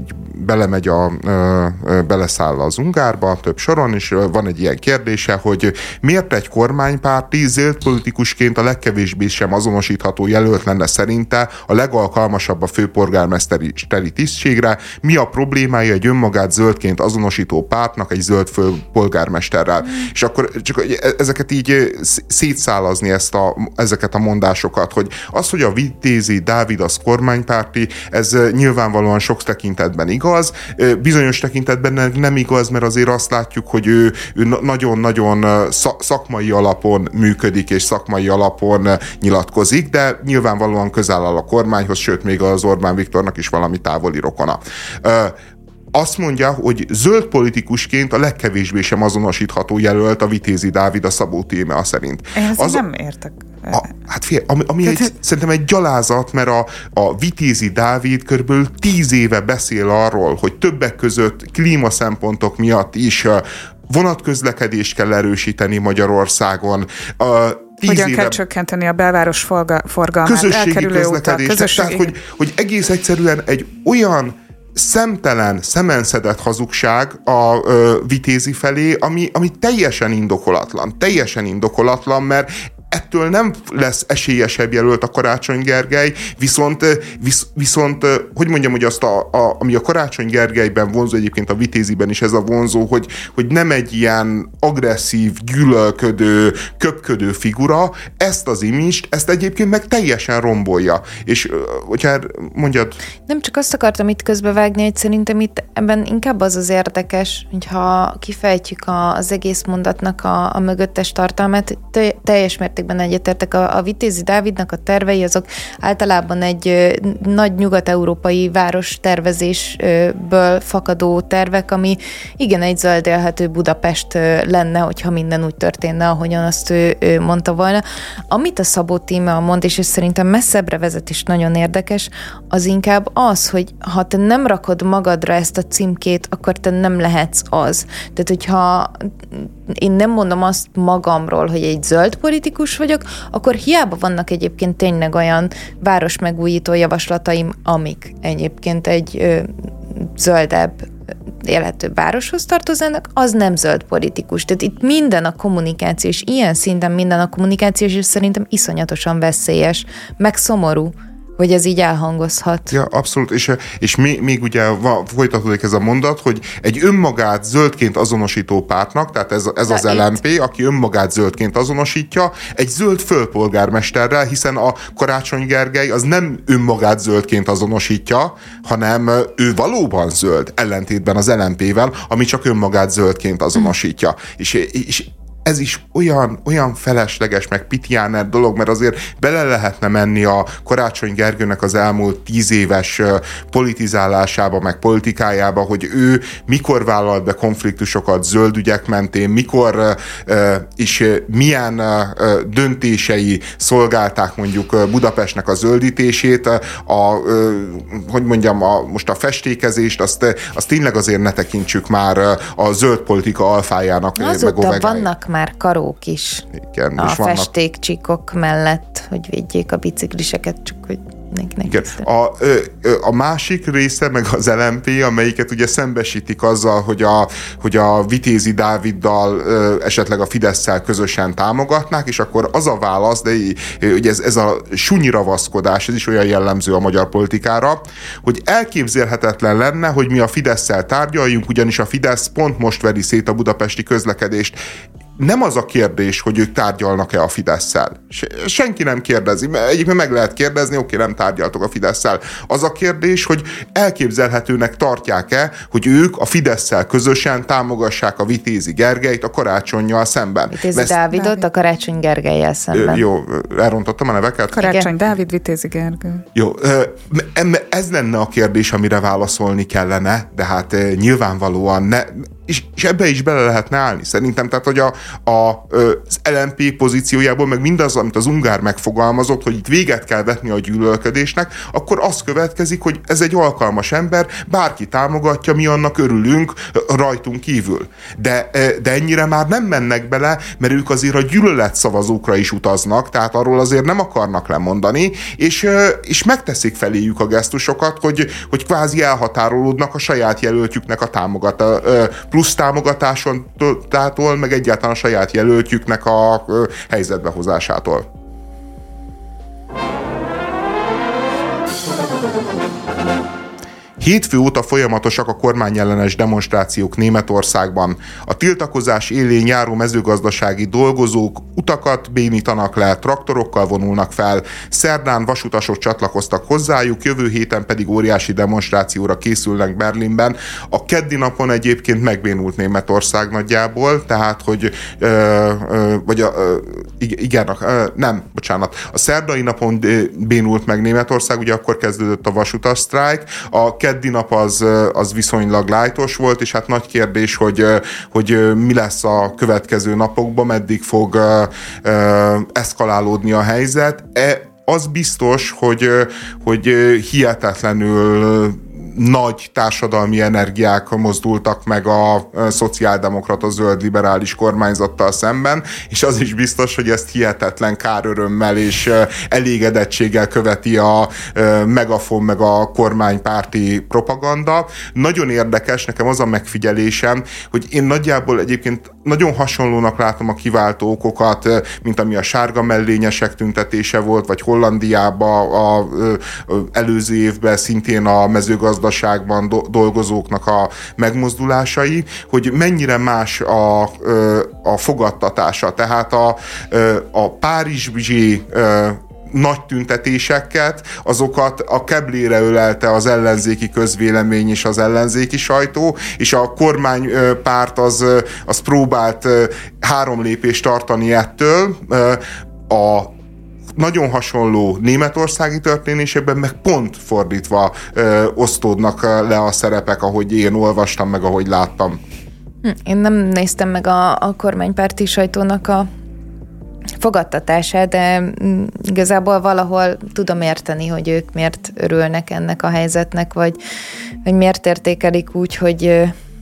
beleszáll az Ungárba több soron, és van egy ilyen kérdése, hogy miért egy kormánypárti zöld politikusként a legkevésbé sem azonosítható jelölt lenne szerinte a legalkalmasabb a főpolgármesteri tisztségre, mi a problémája egy önmagát zöldként azonosító pártnak egy zöld főpolgármesterrel. És akkor csak ezeket így szétszálazni ezeket a mondásokat, hogy az, hogy a Vitézi Dávid az kormánypárti, ez nyilvánvalóan sok tekintetben igaz, bizonyos tekintetben nem igaz, mert azért azt látjuk, hogy ő nagyon-nagyon szakmai alapon működik, és szakmai alapon nyilatkozik, de nyilvánvalóan közel áll a kormányhoz, sőt, még az Orbán Viktornak is valami távoli rokona. Azt mondja, hogy zöld politikusként a legkevésbé sem azonosítható jelölt a Vitézi Dávid a Szabó Tíme szerint. Én ezt nem értek. Hát figyelj, szerintem egy gyalázat, mert a Vitézi Dávid körülbelül 10 éve beszél arról, hogy többek között klímaszempontok miatt is vonatközlekedést kell erősíteni Magyarországon. Hogyan kell csökkenteni a belváros forgalmát, közösségi közlekedést. Tehát, hogy egész egyszerűen egy olyan szemtelen, szemenszedett hazugság a Vitézi felé, ami teljesen indokolatlan, mert ettől nem lesz esélyesebb jelölt a Karácsony Gergely, viszont hogy mondjam, hogy azt ami a Karácsony Gergelyben vonzó, egyébként a Vitéziben is ez a vonzó, hogy nem egy ilyen agresszív, gyűlölködő, köpködő figura, ezt az imist, ezt egyébként meg teljesen rombolja. És hogyha mondjad... Nem csak azt akartam itt közbevágni, hogy szerintem itt ebben inkább az érdekes, hogyha kifejtjük az egész mondatnak a mögöttes tartalmát, teljes mértékben egyetértek. A Vitézi Dávidnak a tervei azok általában egy nagy nyugat-európai város tervezésből fakadó tervek, ami igen egy zöld élhető Budapest lenne, hogyha minden úgy történne, ahogyan azt ő mondta volna. Amit a Szabó Tíme mond, és ez szerintem messzebbre vezet is nagyon érdekes, az inkább az, hogy ha te nem rakod magadra ezt a címkét, akkor te nem lehetsz az. Tehát, hogyha én nem mondom azt magamról, hogy egy zöld politikus vagyok, akkor hiába vannak egyébként tényleg olyan városmegújító javaslataim, amik egyébként egy zöldebb, élhetőbb városhoz tartozának, az nem zöld politikus. Tehát itt minden a kommunikáció, és ilyen szinten minden a kommunikáció, és szerintem iszonyatosan veszélyes, meg szomorú, hogy ez így elhangozhat. Ja, abszolút, és még ugye folytatódik ez a mondat, hogy egy önmagát zöldként azonosító pártnak, tehát ez az LMP, aki önmagát zöldként azonosítja, egy zöld főpolgármesterrel, hiszen a Karácsony Gergely az nem önmagát zöldként azonosítja, hanem ő valóban zöld, ellentétben az LMP-vel, ami csak önmagát zöldként azonosítja. És ez is olyan felesleges, meg pitiáner dolog, mert azért bele lehetne menni a Karácsony Gergőnek az elmúlt 10 éves politizálásába, meg politikájába, hogy ő mikor vállalt be konfliktusokat zöld ügyek mentén, mikor és milyen döntései szolgálták mondjuk Budapestnek a zöldítését, most a festékezést, azt tényleg azért ne tekintsük már a zöld politika alfájának. Azóta vannak már karók is. Igen, a festékcsíkok mellett, hogy védjék a bicikliseket, csak hogy igen. A másik része, meg az LMP, amelyiket ugye szembesítik azzal, hogy a Vitézi Dáviddal esetleg a Fidesszel közösen támogatnák, és akkor az a válasz, de ugye ez a sunyi ravaszkodás, ez is olyan jellemző a magyar politikára, hogy elképzelhetetlen lenne, hogy mi a Fidesszel tárgyaljunk, ugyanis a Fidesz pont most veri szét a budapesti közlekedést. Nem az a kérdés, hogy ők tárgyalnak-e a Fidesszel. Senki nem kérdezi. Egyébként meg lehet kérdezni, oké, nem tárgyaltok a Fidesszel. Az a kérdés, hogy elképzelhetőnek tartják-e, hogy ők a Fidesszel közösen támogassák a Vitézi Gergelyt a Karácsonnyal szemben. Vitézi Dávidot a Karácsony Gergellyel szemben. Jó, elrontottam a neveket? Karácsony Dávid, Vitézi Gergely. Jó, ez lenne a kérdés, amire válaszolni kellene, de hát nyilvánvalóan és ebbe is bele lehetne állni szerintem, tehát hogy az LMP pozíciójából meg mindaz, amit az Ungár megfogalmazott, hogy itt véget kell vetni a gyűlölködésnek, akkor az következik, hogy ez egy alkalmas ember, bárki támogatja, mi annak örülünk rajtunk kívül. De ennyire már nem mennek bele, mert ők azért a gyűlöletszavazókra is utaznak, tehát arról azért nem akarnak lemondani, és megteszik feléjük a gesztusokat, hogy kvázi elhatárolódnak a saját jelöltjüknek a plusz támogatásától, meg egyáltalán a saját jelöltjüknek a helyzetbehozásától. Hétfő óta folyamatosak a kormányellenes demonstrációk Németországban. A tiltakozás élén járó mezőgazdasági dolgozók utakat bénítanak le, traktorokkal vonulnak fel, szerdán vasutasok csatlakoztak hozzájuk, jövő héten pedig óriási demonstrációra készülnek Berlinben. A keddi napon egyébként megbénult Németország nagyjából, tehát, hogy a szerdai napon bénult meg Németország, ugye akkor kezdődött a vasutas sztrájk, a keddi nap az viszonylag lájtos volt, és hát nagy kérdés, hogy mi lesz a következő napokban, meddig fog eszkalálódni a helyzet. Az biztos, hogy hihetetlenül nagy társadalmi energiák mozdultak meg a szociáldemokrata zöld liberális kormányzattal szemben, és az is biztos, hogy ezt hihetetlen kárörömmel és elégedettséggel követi a Megafon meg a kormánypárti propaganda. Nagyon érdekes, nekem az a megfigyelésem, hogy én nagyjából egyébként nagyon hasonlónak látom a kiváltó okokat, mint ami a sárga mellényesek tüntetése volt, vagy Hollandiában az előző évben szintén a mezőgazdaságban dolgozóknak a megmozdulásai, hogy mennyire más a fogadtatása. Tehát a párizsi nagy tüntetéseket, azokat a keblére ölelte az ellenzéki közvélemény és az ellenzéki sajtó, és a kormánypárt az próbált 3 lépést tartani ettől. A nagyon hasonló németországi történésekben meg pont fordítva osztódnak le a szerepek, ahogy én olvastam, meg ahogy láttam. Én nem néztem meg a kormánypárti sajtónak a fogadtatását, de igazából valahol tudom érteni, hogy ők miért örülnek ennek a helyzetnek, vagy miért értékelik úgy, hogy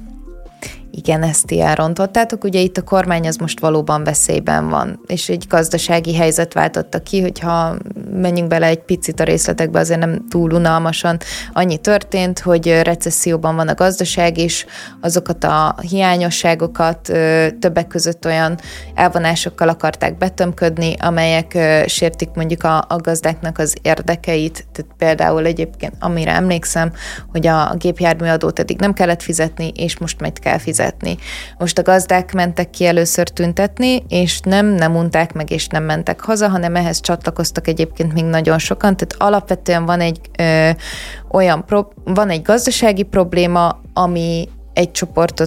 igen, ezt ti elrontottátok. Ugye itt a kormány az most valóban veszélyben van, és egy gazdasági helyzet váltotta ki, hogyha menjünk bele egy picit a részletekbe, azért nem túl unalmasan. Annyi történt, hogy recesszióban van a gazdaság, és azokat a hiányosságokat többek között olyan elvonásokkal akarták betömködni, amelyek sértik mondjuk a gazdáknak az érdekeit. Tehát például egyébként, amire emlékszem, hogy a gépjárműadót eddig nem kellett fizetni, és most majd kell fizetni. Most a gazdák mentek ki először tüntetni, és nem unták meg, és nem mentek haza, hanem ehhez csatlakoztak egyébként még nagyon sokan. Tehát alapvetően van egy gazdasági probléma, ami egy csoportot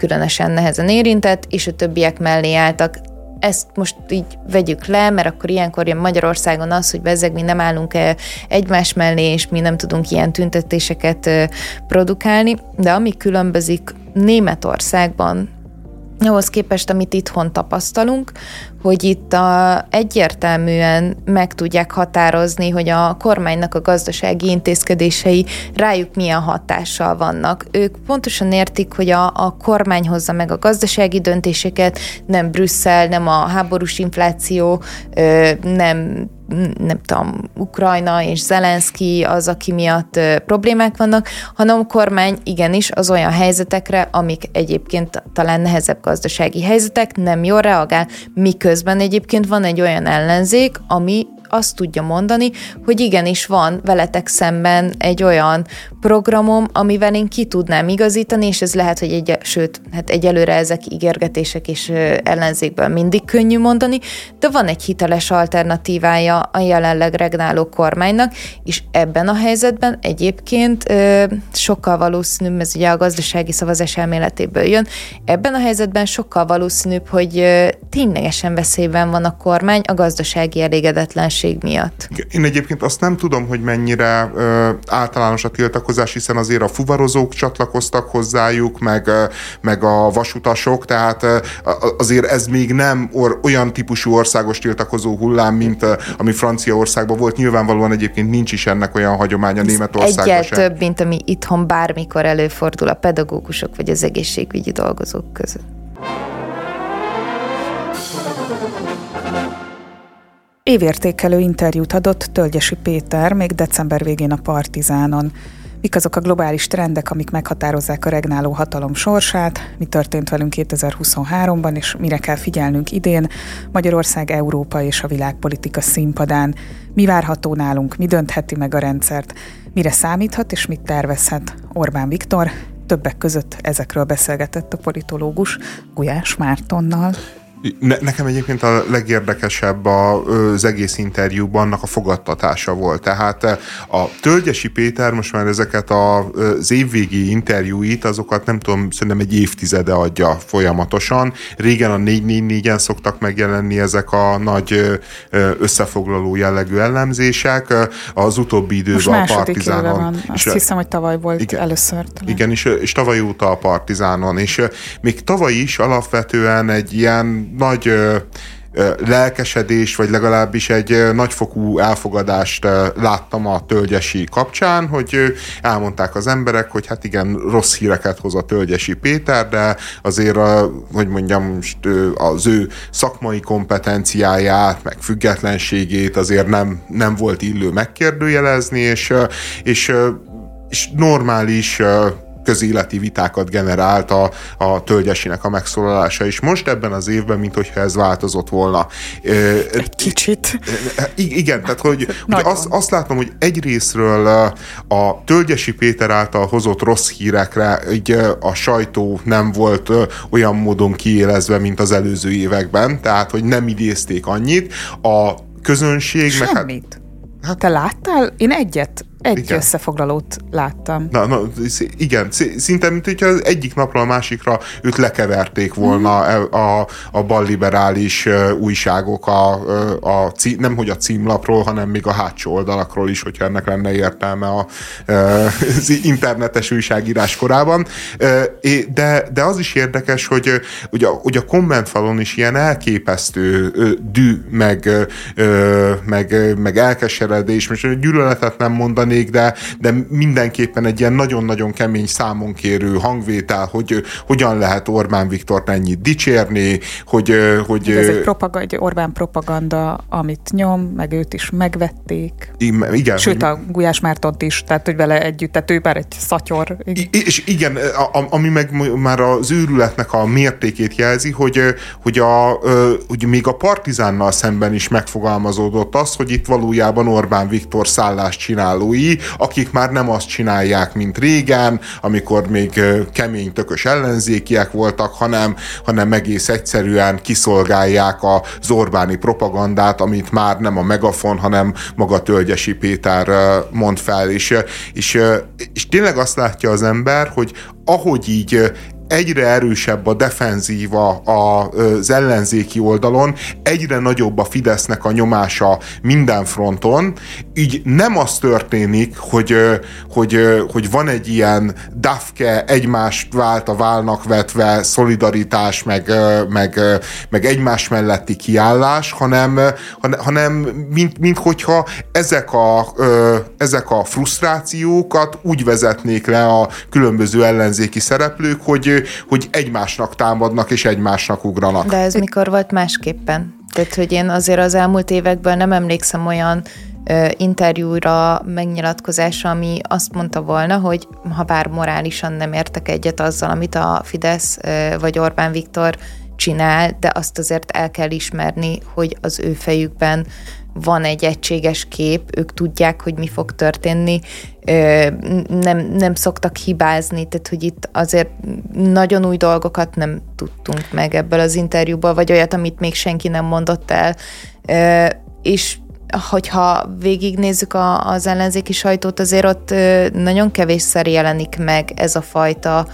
különösen nehezen érintett, és a többiek mellé álltak. Ezt most így vegyük le, mert akkor ilyenkor jön Magyarországon az, hogy bezzeg mi nem állunk egymás mellé, és mi nem tudunk ilyen tüntetéseket produkálni, de ami különbözik Németországban ahhoz képest, amit itthon tapasztalunk, hogy itt egyértelműen meg tudják határozni, hogy a kormánynak a gazdasági intézkedései rájuk milyen hatással vannak. Ők pontosan értik, hogy a kormány hozza meg a gazdasági döntéseket, nem Brüsszel, nem a háborús infláció, nem tudom, Ukrajna és Zelenszky az, aki miatt problémák vannak, hanem a kormány igenis az olyan helyzetekre, amik egyébként talán nehezebb gazdasági helyzetek, nem jól reagál, miközben egyébként van egy olyan ellenzék, ami azt tudja mondani, hogy igenis van veletek szemben egy olyan programom, amivel én ki tudnám igazítani, és ez lehet, hogy egyelőre ezek ígérgetések és ellenzékből mindig könnyű mondani, de van egy hiteles alternatívája a jelenleg regnáló kormánynak, és ebben a helyzetben egyébként sokkal valószínűbb, ez ugye a gazdasági szavazás elméletéből jön, ebben a helyzetben sokkal valószínűbb, hogy ténylegesen veszélyben van a kormány a gazdasági elégedetlenség miatt. Én egyébként azt nem tudom, hogy mennyire általános a tiltakozás, hiszen azért a fuvarozók csatlakoztak hozzájuk, meg a vasutasok, tehát azért ez még nem olyan típusú országos tiltakozó hullám, mint ami Franciaországban volt. Nyilvánvalóan egyébként nincs is ennek olyan hagyománya Németországban sem. Több, mint ami itthon bármikor előfordul a pedagógusok vagy az egészségügyi dolgozók között. Évértékelő interjút adott Tölgyesi Péter még december végén a Partizánon. Mik azok a globális trendek, amik meghatározzák a regnáló hatalom sorsát, mi történt velünk 2023-ban, és mire kell figyelnünk idén, Magyarország, Európa és a világpolitika színpadán. Mi várható nálunk, mi döntheti meg a rendszert, mire számíthat és mit tervezhet Orbán Viktor? Többek között ezekről beszélgetett a politológus Gulyás Mártonnal. Nekem egyébként a legérdekesebb az egész interjúban annak a fogadtatása volt. Tehát a Tölgyesi Péter most már ezeket az évvégi interjúit, azokat nem tudom, szerintem egy évtizede adja folyamatosan. Régen a 444-en szoktak megjelenni ezek a nagy összefoglaló jellegű ellenzések. Az utóbbi időben a Partizánon. Van. Azt hiszem, hogy tavaly volt igen, először. Talán. Igen, és tavaly óta a Partizánon. És még tavaly is alapvetően egy ilyen nagy lelkesedés, vagy legalábbis egy nagyfokú elfogadást láttam a Tölgyesi kapcsán, hogy elmondták az emberek, hogy hát igen, rossz híreket hoz a Tölgyesi Péter, de azért, hogy mondjam, az ő szakmai kompetenciáját, meg függetlenségét azért nem volt illő megkérdőjelezni, és normális közéleti vitákat generált a Tölgyesinek a megszólalása is. Most ebben az évben, minthogyha ez változott volna. Egy kicsit. Igen, tehát hogy azt látom, hogy egyrészről a Tölgyesi Péter által hozott rossz hírekre így a sajtó nem volt olyan módon kiélezve, mint az előző években, tehát hogy nem idézték annyit. A közönség... Semmit. Hát te láttál? Én egy igen. Összefoglalót láttam. Igen, szinte, mint hogyha az egyik napról a másikra őt lekeverték volna a balliberális újságok nemhogy a címlapról, hanem még a hátsó oldalakról is, hogyha ennek lenne értelme az internetes újságírás korában. De az is érdekes, hogy a kommentfalon is ilyen elképesztő dű, meg elkeseredés, most gyűlöletet nem mondani, de mindenképpen egy ilyen nagyon-nagyon kemény számonkérő hangvétel, hogy hogyan lehet Orbán Viktort ennyit dicsérni, hogy ez egy Orbán propaganda, amit nyom, meg őt is megvették. Igen. Sőt, a Gulyás Mártont is, tehát hogy vele együtt, tehát ő már egy szatyor. És igen, ami meg már az őrületnek a mértékét jelzi, hogy még a Partizánnal szemben is megfogalmazódott az, hogy itt valójában Orbán Viktor szállást csinálói, akik már nem azt csinálják, mint régen, amikor még kemény, tökös ellenzékiek voltak, hanem egész egyszerűen kiszolgálják az Orbáni propagandát, amit már nem a Megafon, hanem maga Tölgyesi Péter mond fel. És tényleg azt látja az ember, hogy ahogy így egyre erősebb a defenzíva az ellenzéki oldalon, egyre nagyobb a Fidesznek a nyomása minden fronton, így nem az történik, hogy van egy ilyen dafke, egymást vált a válnak vetve szolidaritás, meg egymás melletti kiállás, hanem mint hogyha ezek a frusztrációkat úgy vezetnék le a különböző ellenzéki szereplők, hogy egymásnak támadnak és egymásnak ugranak. De ez mikor volt másképpen? Tehát, hogy én azért az elmúlt években nem emlékszem olyan interjúra, megnyilatkozásra, ami azt mondta volna, hogy ha bár morálisan nem értek egyet azzal, amit a Fidesz vagy Orbán Viktor csinál, de azt azért el kell ismerni, hogy az ő fejükben van egy egységes kép, ők tudják, hogy mi fog történni, nem szoktak hibázni, tehát hogy itt azért nagyon új dolgokat nem tudtunk meg ebből az interjúból, vagy olyat, amit még senki nem mondott el, és hogyha végignézzük az ellenzéki sajtót, azért ott nagyon kevésszer jelenik meg ez a fajta,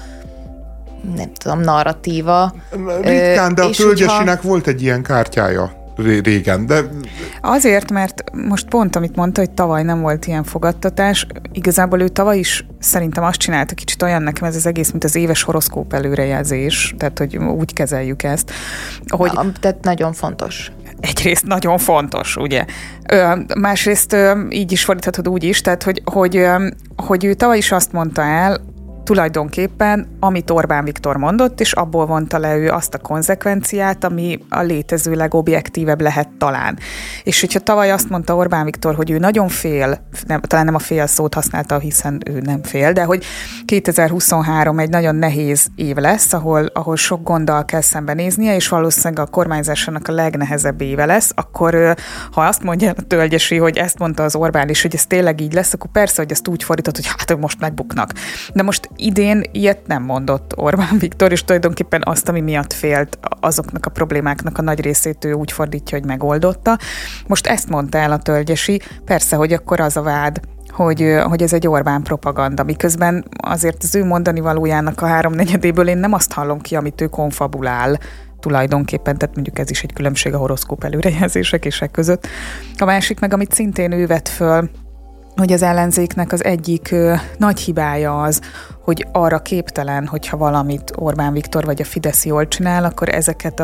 nem tudom, narratíva. Ritkán, de a Tölgyesinek volt egy ilyen kártyája régen, de... Azért, mert most pont, amit mondta, hogy tavaly nem volt ilyen fogadtatás, igazából ő tavaly is szerintem azt csinálta, kicsit olyan nekem ez az egész, mint az éves horoszkóp előrejelzés, tehát hogy úgy kezeljük ezt. Hogy tehát nagyon fontos. Egyrészt nagyon fontos, ugye? Másrészt így is fordíthatod úgy is, tehát hogy ő tavaly is azt mondta el, tulajdonképpen, amit Orbán Viktor mondott, és abból vonta le ő azt a konzekvenciát, ami a létező legobjektívebb lehet talán. És hogyha tavaly azt mondta Orbán Viktor, hogy ő nagyon fél, talán nem a fél szót használta, hiszen ő nem fél, de hogy 2023 egy nagyon nehéz év lesz, ahol sok gonddal kell szembenéznie, és valószínűleg a kormányzásának a legnehezebb éve lesz, akkor ha azt mondja a Tölgyesi, hogy ezt mondta az Orbán is, hogy ez tényleg így lesz, akkor persze, hogy ezt úgy fordított, hogy hát most megbuknak. De most idén ilyet nem mondott Orbán Viktor, és tulajdonképpen azt, ami miatt félt, azoknak a problémáknak a nagy részét ő úgy fordítja, hogy megoldotta. Most ezt mondta el a Tölgyesi, persze, hogy akkor az a vád, hogy ez egy Orbán propaganda, miközben azért az ő mondani valójának a 3/4-ből én nem azt hallom ki, amit ő konfabulál tulajdonképpen, tehát mondjuk ez is egy különbség a horoszkóp előrejelzések és között. A másik meg, amit szintén ő vett föl, hogy az ellenzéknek az egyik nagy hibája az, hogy arra képtelen, hogyha valamit Orbán Viktor vagy a Fidesz jól csinál, akkor ezeket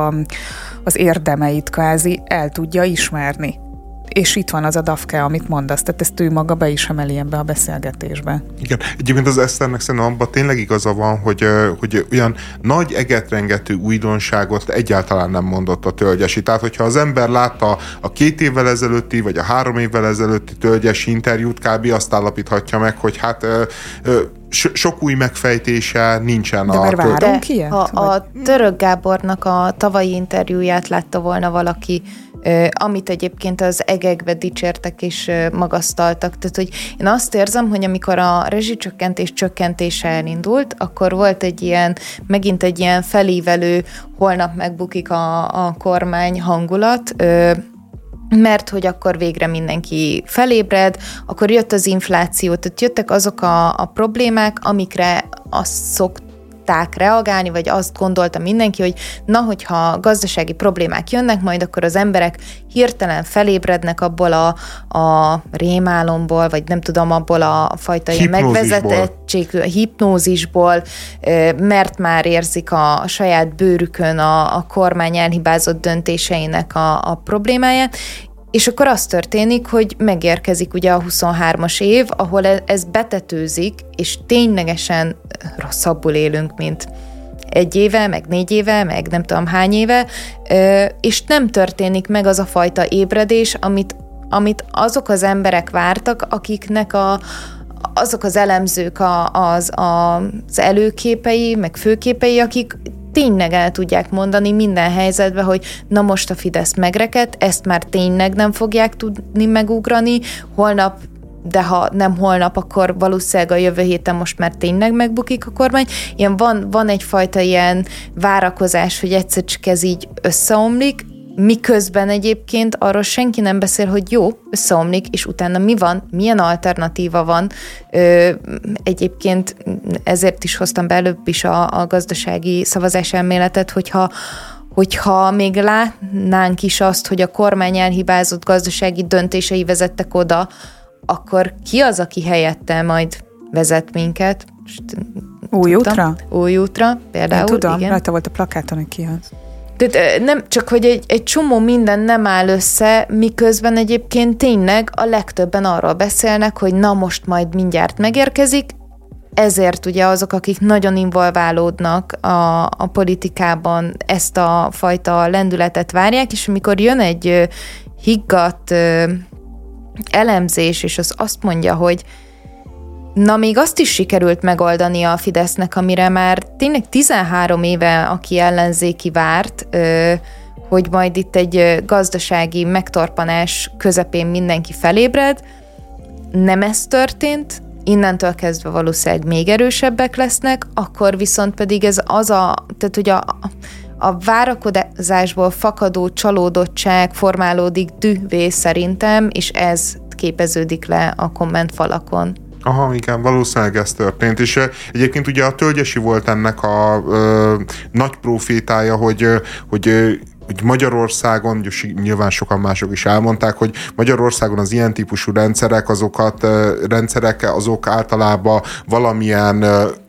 az érdemeit kvázi el tudja ismerni. És itt van az a dafke, amit mondasz, tehát ezt ő maga be is emeli ebbe a beszélgetésbe. Igen, egyébként az Eszternek szerintem abban tényleg igaza van, hogy olyan nagy egetrengető újdonságot egyáltalán nem mondott a Tölgyesi. Tehát, hogyha az ember látta a 2 évvel ezelőtti, vagy a 3 évvel ezelőtti Tölgyesi interjút, kb. Azt állapíthatja meg, hogy hát sok új megfejtése nincsen. De mert várunk ilyet? Ha a Török Gábornak a tavalyi interjúját látta volna valaki, amit egyébként az egekbe dicsértek és magasztaltak. Tehát, hogy én azt érzem, hogy amikor a rezsicsökkentés csökkentése elindult, akkor volt megint egy ilyen felívelő, holnap megbukik a kormány hangulat, mert hogy akkor végre mindenki felébred, akkor jött az infláció, tehát jöttek azok a problémák, amikre azt szokták reagálni, vagy azt gondolta mindenki, hogy na, hogyha gazdasági problémák jönnek, majd akkor az emberek hirtelen felébrednek abból a rémálomból, vagy nem tudom, abból a fajta megvezetettségű hipnózisból, mert már érzik a saját bőrükön a kormány elhibázott döntéseinek a problémáját, és akkor az történik, hogy megérkezik ugye a 23-as év, ahol ez betetőzik, és ténylegesen rosszabbul élünk, mint 1 éve, meg 4 éve, meg nem tudom hány éve, és nem történik meg az a fajta ébredés, amit azok az emberek vártak, akiknek azok az elemzők az előképei, meg főképei, akik tényleg el tudják mondani minden helyzetben, hogy na most a Fidesz megrekedt, ezt már tényleg nem fogják tudni megugrani, holnap, de ha nem holnap, akkor valószínűleg a jövő héten most már tényleg megbukik a kormány. Ilyen van egyfajta ilyen várakozás, hogy egyszer csak ez így összeomlik, miközben egyébként arról senki nem beszél, hogy jó, összeomlik, és utána mi van, milyen alternatíva van. Egyébként ezért is hoztam be előbb is a gazdasági szavazáselméletet, hogyha még látnánk is azt, hogy a kormány elhibázott gazdasági döntései vezettek oda, akkor ki az, aki helyette majd vezet minket? Új útra? Új útra, például. Én tudom, igen. rajta volt a plakáton, hogy ki az. Tehát nem, csak hogy egy csomó minden nem áll össze, miközben egyébként tényleg a legtöbben arról beszélnek, hogy na most majd mindjárt megérkezik, ezért ugye azok, akik nagyon involválódnak a politikában, ezt a fajta lendületet várják, és amikor jön egy higgadt elemzés, és az azt mondja, hogy na még azt is sikerült megoldani a Fidesznek, amire már tényleg 13 éve, aki ellenzéki várt, hogy majd itt egy gazdasági megtorpanás közepén mindenki felébred. Nem ez történt, innentől kezdve valószínűleg még erősebbek lesznek, akkor viszont pedig ez tehát hogy a várakozásból fakadó csalódottság formálódik dühvé szerintem, és ez képeződik le a kommentfalakon. Aha, igen, valószínűleg ez történt, és egyébként ugye a Tölgyesi volt ennek a nagy profétája, hogy Magyarországon, nyilván sokan mások is elmondták, hogy Magyarországon az ilyen típusú rendszerek azok általában valamilyen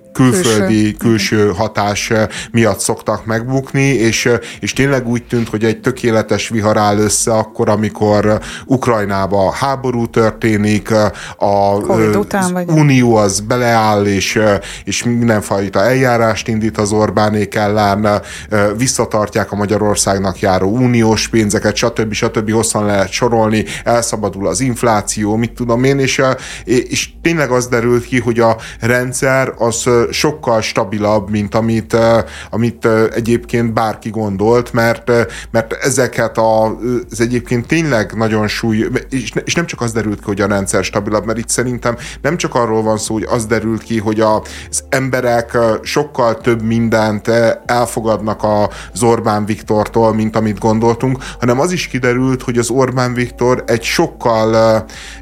külső hatás miatt szoktak megbukni, és tényleg úgy tűnt, hogy egy tökéletes vihar áll össze akkor, amikor Ukrajnában háború történik, az Unió az beleáll, és mindenfajta eljárást indít az Orbánék ellen, visszatartják a Magyarországnak járó uniós pénzeket, stb. Hosszan lehet sorolni, elszabadul az infláció, mit tudom én, és tényleg az derült ki, hogy a rendszer az sokkal stabilabb, mint amit egyébként bárki gondolt, mert ezeket az egyébként tényleg nagyon és nem csak az derült ki, hogy a rendszer stabilabb, mert itt szerintem nem csak arról van szó, hogy az derült ki, hogy az emberek sokkal több mindent elfogadnak az Orbán Viktortól, mint amit gondoltunk, hanem az is kiderült, hogy az Orbán Viktor egy sokkal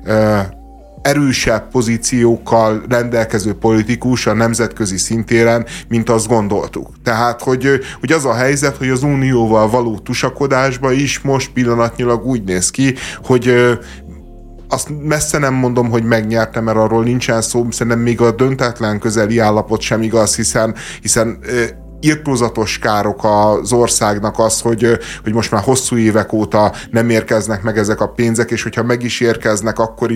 erősebb pozíciókkal rendelkező politikus a nemzetközi szintéren, mint azt gondoltuk. Tehát, hogy az a helyzet, hogy az unióval való tusakodásban is most pillanatnyilag úgy néz ki, hogy azt messze nem mondom, hogy megnyertem, mert arról nincsen szó, szerintem még a döntetlen közeli állapot sem igaz, hiszen irtózatos károk az országnak az, hogy most már hosszú évek óta nem érkeznek meg ezek a pénzek, és hogyha meg is érkeznek, akkor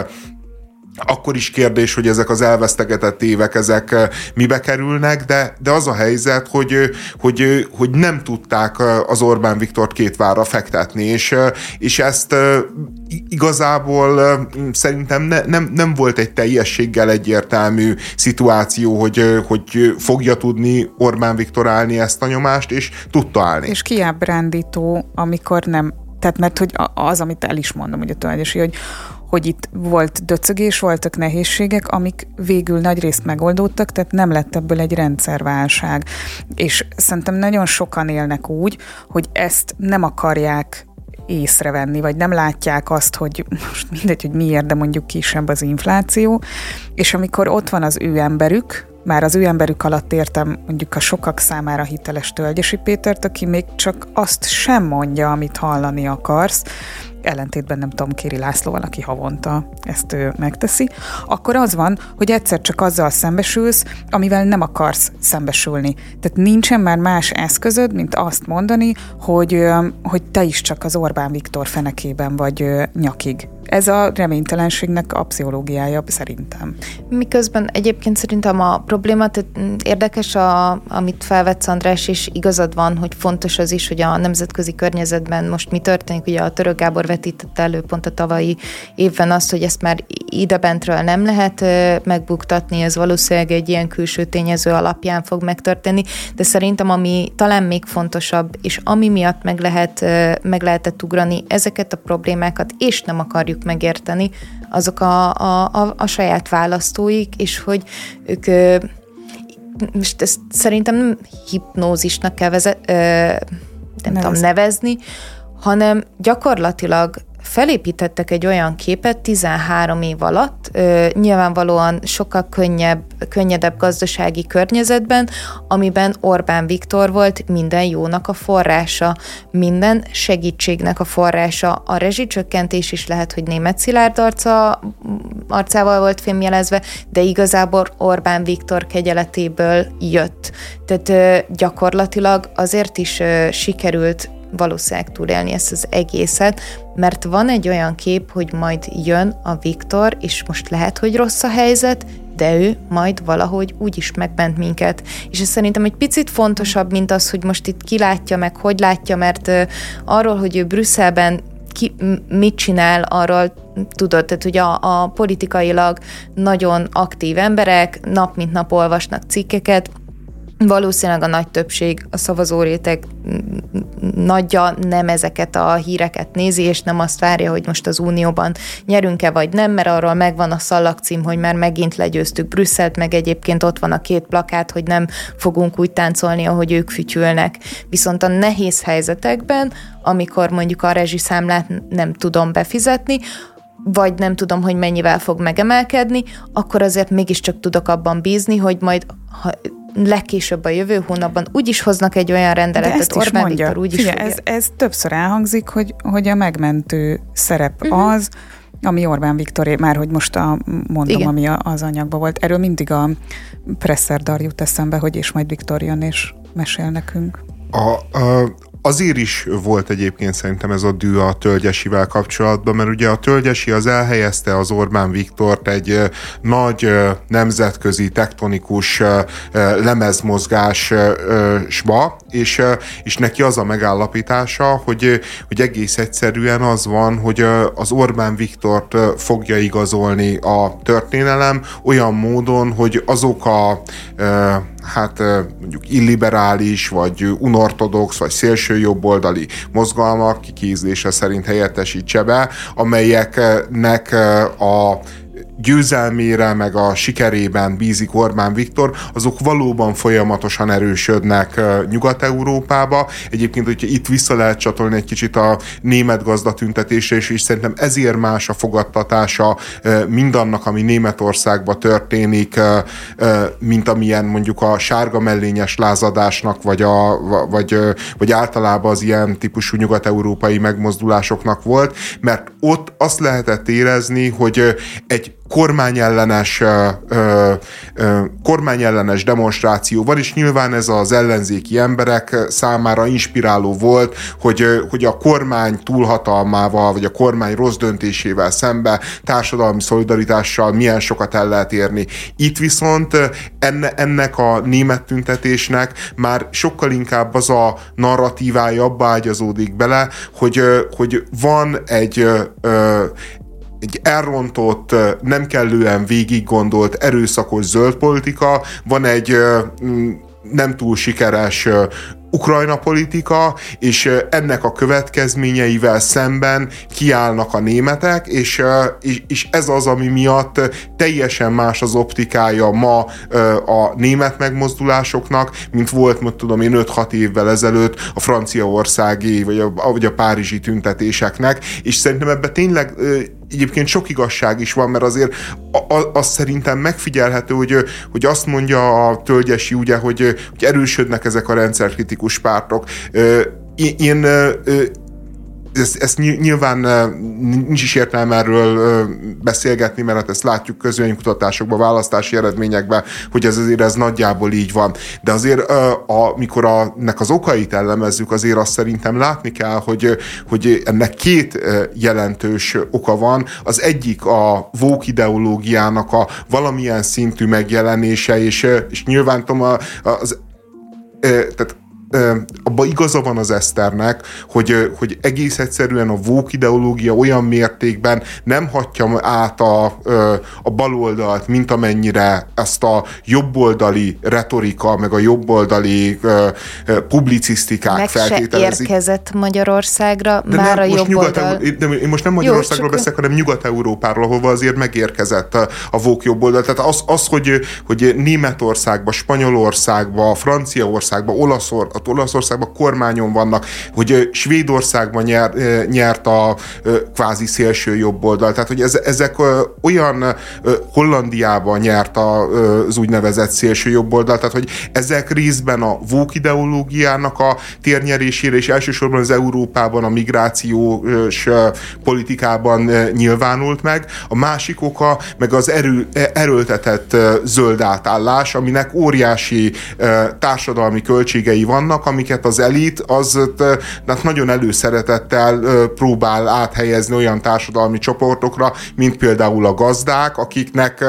is kérdés, hogy ezek az elvesztegetett évek, ezek mibe kerülnek, de az a helyzet, hogy nem tudták az Orbán Viktort két várra fektetni, és ezt igazából szerintem nem volt egy teljességgel egyértelmű szituáció, hogy fogja tudni Orbán Viktor állni ezt a nyomást, és tudta állni. És kiábrándító, amikor nem, tehát mert hogy az, amit el is mondom, hogy a Tölgyesi, hogy itt volt döcögés, voltak nehézségek, amik végül nagyrészt megoldódtak, tehát nem lett ebből egy rendszerválság. És szerintem nagyon sokan élnek úgy, hogy ezt nem akarják észrevenni, vagy nem látják azt, hogy most mindegy, hogy miért, de mondjuk kisebb az infláció, és amikor ott van az ő emberük, már az ő emberük alatt értem mondjuk a sokak számára hiteles Tölgyesi Pétert, aki még csak azt sem mondja, amit hallani akarsz, ellentétben nem tudom, Kéri Lászlóval, aki havonta ezt megteszi, akkor az van, hogy egyszer csak azzal szembesülsz, amivel nem akarsz szembesülni. Tehát nincsen már más eszközöd, mint azt mondani, hogy te is csak az Orbán Viktor fenekében vagy nyakig. Ez a reménytelenségnek a pszichológiája szerintem. Miközben egyébként szerintem a probléma, tehát érdekes, amit felvetsz, András, és igazad van, hogy fontos az is, hogy a nemzetközi környezetben most mi történik. Ugye a Török Gábor vetítette elő pont a tavalyi évben azt, hogy ezt már idebentről nem lehet megbuktatni, ez valószínűleg egy ilyen külső tényező alapján fog megtörténni, de szerintem ami talán még fontosabb, és ami miatt meg lehetett ugrani ezeket a problémákat, és nem akarjuk megérteni, azok a saját választóik, és hogy ők most ezt szerintem nem hipnózisnak kell nevezni, hanem gyakorlatilag felépítettek egy olyan képet 13 év alatt, nyilvánvalóan sokkal könnyedebb gazdasági környezetben, amiben Orbán Viktor volt minden jónak a forrása, minden segítségnek a forrása. A rezsicsökkentés is lehet, hogy Németh Szilárd arcával volt fémjelezve, de igazából Orbán Viktor kegyeletéből jött. Tehát gyakorlatilag azért is sikerült valószínűleg túlélni ezt az egészet, mert van egy olyan kép, hogy majd jön a Viktor, és most lehet, hogy rossz a helyzet, de ő majd valahogy úgyis megment minket. És ez szerintem egy picit fontosabb, mint az, hogy most itt ki látja meg, hogy látja, mert arról, hogy ő Brüsszelben mit csinál, arról tudod, tehát ugye a politikailag nagyon aktív emberek nap mint nap olvasnak cikkeket, valószínűleg a nagy többség, a szavazóréteg nagyja nem ezeket a híreket nézi, és nem azt várja, hogy most az Unióban nyerünk-e vagy nem, mert arról megvan a szallagcím, hogy már megint legyőztük Brüsszelt, meg egyébként ott van a 2 plakát, hogy nem fogunk úgy táncolni, ahogy ők fütyülnek. Viszont a nehéz helyzetekben, amikor mondjuk a rezsiszámlát nem tudom befizetni, vagy nem tudom, hogy mennyivel fog megemelkedni, akkor azért mégiscsak tudok abban bízni, hogy majd legkésőbb a jövő hónapban úgyis hoznak egy olyan rendeletet, Orbán Viktor úgyis fogja. Ez többször elhangzik, hogy a megmentő szerep az, ami Orbán Viktoré, már hogy most mondom, igen, ami az anyagban volt. Erről mindig a Presszerdar jut eszembe, hogy és majd Viktor jön és mesél nekünk. Azért is volt egyébként szerintem ez a dű a Tölgyesivel kapcsolatban, mert ugye a Tölgyesi az elhelyezte az Orbán Viktort egy nagy nemzetközi tektonikus lemezmozgásba, és neki az a megállapítása, hogy egész egyszerűen az van, hogy az Orbán Viktort fogja igazolni a történelem olyan módon, hogy azok a mondjuk illiberális, vagy unortodox, vagy szélső jobboldali mozgalmak, kikézlése szerint helyettesítse be, amelyeknek a győzelmére, meg a sikerében bízik Orbán Viktor, azok valóban folyamatosan erősödnek Nyugat-Európába. Egyébként, hogyha itt vissza lehet csatolni egy kicsit a német gazdatüntetésre, és szerintem ezért más a fogadtatása mindannak, ami Németországban történik, mint amilyen mondjuk a sárga mellényes lázadásnak, vagy általában az ilyen típusú nyugat-európai megmozdulásoknak volt, mert ott azt lehetett érezni, hogy egy kormányellenes demonstráció van, és nyilván ez az ellenzéki emberek számára inspiráló volt, hogy a kormány túlhatalmával, vagy a kormány rossz döntésével szembe társadalmi szolidaritással milyen sokat el lehet érni. Itt viszont ennek a német tüntetésnek már sokkal inkább az a narratívája abba ágyazódik bele, hogy van egy elrontott, nem kellően végiggondolt, erőszakos zöld politika, van egy nem túl sikeres Ukrajna politika, és ennek a következményeivel szemben kiállnak a németek, és ez az, ami miatt teljesen más az optikája ma a német megmozdulásoknak, mint volt, tudom én, 5-6 évvel ezelőtt a franciaországi, vagy a párizsi tüntetéseknek, és szerintem ebben tényleg egyébként sok igazság is van, mert azért az szerintem megfigyelhető, hogy azt mondja a Tölgyesi, ugye, hogy erősödnek ezek a rendszerkritikus pártok. Én ezt nyilván nincs is értelme erről beszélgetni, mert hát ezt látjuk közvéleménykutatásokban, választási eredményekben, hogy ez nagyjából így van. De azért, amikor ennek az okait elemezzük, azért azt szerintem látni kell, hogy ennek 2 jelentős oka van. Az egyik a woke ideológiának a valamilyen szintű megjelenése, és nyilván tudom, tehát abban igaza van az Eszternek, hogy egész egyszerűen a woke ideológia olyan mértékben nem hatja át a baloldalt, mint amennyire ezt a jobboldali retorika, meg a jobboldali publicisztikák feltételezik. Meg se érkezett Magyarországra, de már a jobboldal. Én most nem Magyarországról beszélek, hanem Nyugat-Európáról, ahova azért megérkezett a woke jobboldal. Tehát az, hogy Németországba, Spanyolországba, Franciaországba, ott Olaszországban kormányon vannak, hogy Svédországban nyert a kvázi szélső jobb oldal. Tehát, hogy ezek olyan Hollandiában nyert az úgynevezett szélső jobb oldal, tehát, hogy ezek részben a woke ideológiának a térnyerésére, és elsősorban az Európában a migrációs politikában nyilvánult meg. A másik oka meg az erőltetett zöld átállás, aminek óriási társadalmi költségei vannak, amiket az elit az nagyon előszeretettel próbál áthelyezni olyan társadalmi csoportokra, mint például a gazdák, akiknek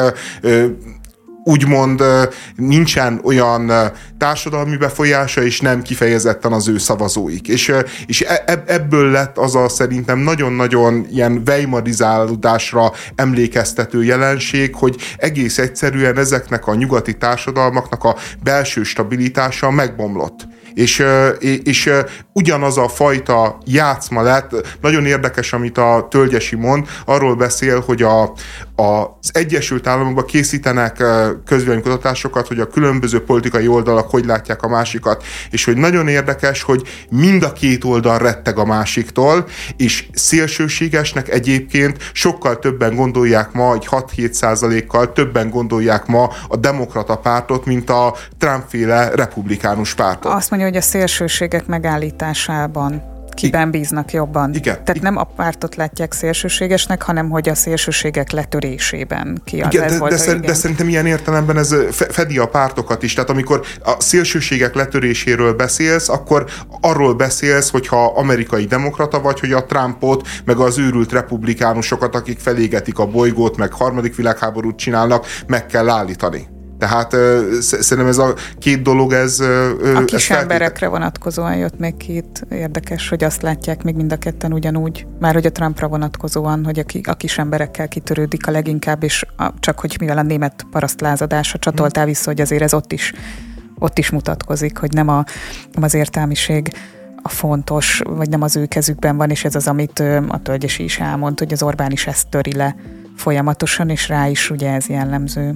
úgymond nincsen olyan társadalmi befolyása, és nem kifejezetten az ő szavazóik. És ebből lett az a szerintem nagyon-nagyon ilyen weimarizálódásra emlékeztető jelenség, hogy egész egyszerűen ezeknek a nyugati társadalmaknak a belső stabilitása megbomlott. És ugyanaz a fajta játszma lett. Nagyon érdekes, amit a Tölgyesi mond, arról beszél, hogy az Egyesült Államokban készítenek közvéleménykutatásokat, hogy a különböző politikai oldalak hogy látják a másikat, és hogy nagyon érdekes, hogy mind a két oldal retteg a másiktól, és szélsőségesnek egyébként sokkal többen gondolják ma, hogy 6-7%-kal többen gondolják ma a demokrata pártot, mint a Trump-féle republikánus pártot. Azt mondja, hogy a szélsőségek megállításában kiben bíznak jobban. Igen. Tehát nem a pártot látják szélsőségesnek, hanem hogy a szélsőségek letörésében ki az. Igen, de szerintem ilyen értelemben ez fedi a pártokat is. Tehát amikor a szélsőségek letöréséről beszélsz, akkor arról beszélsz, hogyha amerikai demokrata vagy, hogy a Trumpot, meg az őrült republikánusokat, akik felégetik a bolygót, meg harmadik világháborút csinálnak, meg kell állítani. Tehát szerintem ez a két dolog, ez... A kis emberekre vonatkozóan jött még két érdekes, hogy azt látják még mind a ketten ugyanúgy, már hogy a Trumpra vonatkozóan, hogy a kis emberekkel kitörődik a leginkább, és csak hogy mivel a német parasztlázadása csatoltál vissza, hogy azért ez ott is mutatkozik, hogy nem az értelmiség a fontos, vagy nem az ő kezükben van, és ez az, amit a Tölgyesi is elmond, hogy az Orbán is ezt töri le folyamatosan, és rá is ugye ez jellemző.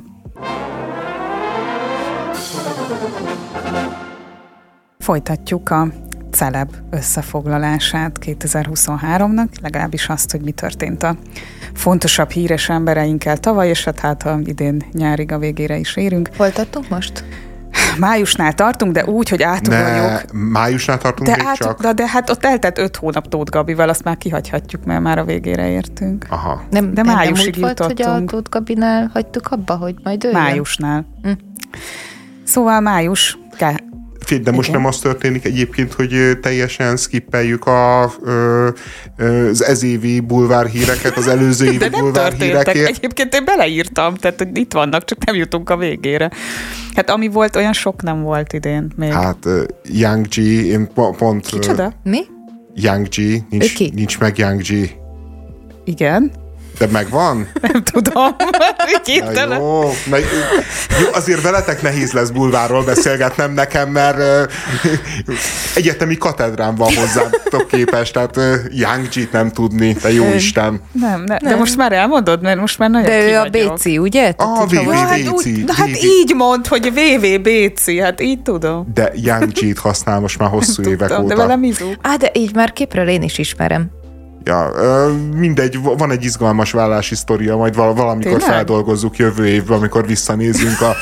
Folytatjuk a celeb összefoglalását 2023-nak, legalábbis azt, hogy mi történt a fontosabb híres embereinkkel tavaly, és hát idén nyárig a végére is érünk. Hol tartunk most? Májusnál tartunk, de úgy, hogy átugorjuk. Májusnál tartunk még csak? De hát ott eltelt 5 hónap Tóth Gabival, azt már kihagyhatjuk, mert már a végére értünk. Aha. De májusig nem úgy volt, hogy a Tóth Gabinál hagytuk abba, hogy majd ő májusnál. Szóval május... De most nem az történik egyébként, hogy teljesen skippeljük az ezévi bulvárhíreket, az előző évi bulvárhírekért. Egyébként én beleírtam, tehát hogy itt vannak, csak nem jutunk a végére. Hát ami volt, olyan sok nem volt idén még. Hát Yang G, én pont... Kicsoda? Mi? Yang G, nincs meg Yang G. Igen. De megvan? Nem tudom. Jó, azért veletek nehéz lesz bulvárról beszélgetnem nekem, mert egyetemi katedrám van hozzátok képest, tehát Yang G-t nem tudni, te jó Isten. Nem. De most már elmondod, mert most már nagyon de ő a BC, ugye? Hát így mondd, hogy VVBC, hát így tudom. De Yang G-t használ most már hosszú évek óta. De velem izó. De így már képről én is ismerem. Ja, mindegy, van egy izgalmas vállási sztoria, majd valamikor tényleg? Feldolgozzuk jövő évben, amikor visszanézünk a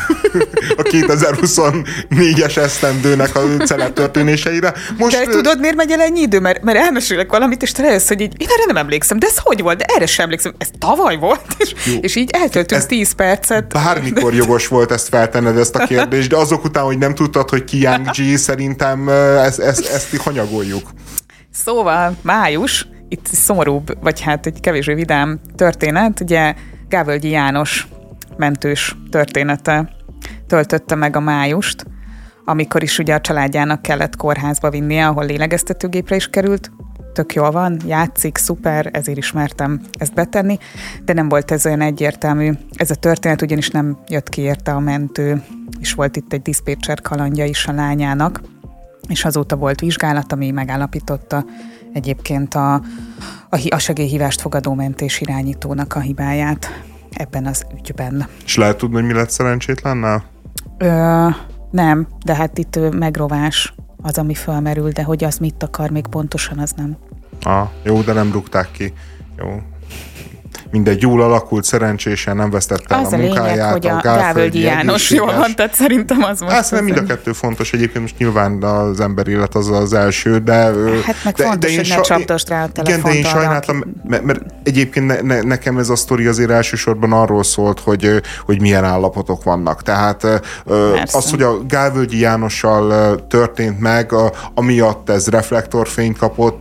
2024-es esztendőnek a celeb történéseire. Most, de tudod, miért megy el ennyi idő? Mert elmesélek valamit, és te rájössz, hogy így, én erre nem emlékszem, de ez hogy volt? De erre sem emlékszem. Ez tavaly volt? És így eltöltünk 10 percet. Bármikor jogos volt ezt feltenned, ezt a kérdést, de azok után, hogy nem tudtad, hogy ki Yang G, szerintem ezt hanyagoljuk. Szóval május, itt szomorúbb, vagy hát egy kevésbé vidám történet, ugye Gávölgyi János mentős története töltötte meg a májust, amikor is ugye a családjának kellett kórházba vinnie, ahol lélegeztetőgépre is került. Tök jól van, játszik, szuper, ezért ismertem ezt betenni, de nem volt ez olyan egyértelmű. Ez a történet ugyanis nem jött ki érte a mentő, és volt itt egy diszpécser kalandja is a lányának, és azóta volt vizsgálat, ami megállapította egyébként a segélyhívást fogadó mentés irányítónak a hibáját ebben az ügyben. És lehet tudni, hogy mi lett szerencsétlennel? Nem, de hát itt megrovás az, ami felmerül, de hogy az mit akar még pontosan, az nem. Jó, de nem rúgták ki. Jó. Mindegy, jól alakult, szerencsésen, nem vesztette el a munkáját. Az a lényeg, hogy a Gálvölgyi János jól van, tehát szerintem az most... Ez nem mind a kettő fontos, egyébként most nyilván az ember élet az első, de... Hát meg fontos, hogy ne csapdast rá a telefont. Igen, de én sajnáltam, mert egyébként nekem ez a sztori azért elsősorban arról szólt, hogy milyen állapotok vannak. Tehát az, hogy a Gálvölgyi Jánossal történt meg, amiatt ez reflektorfényt kapott,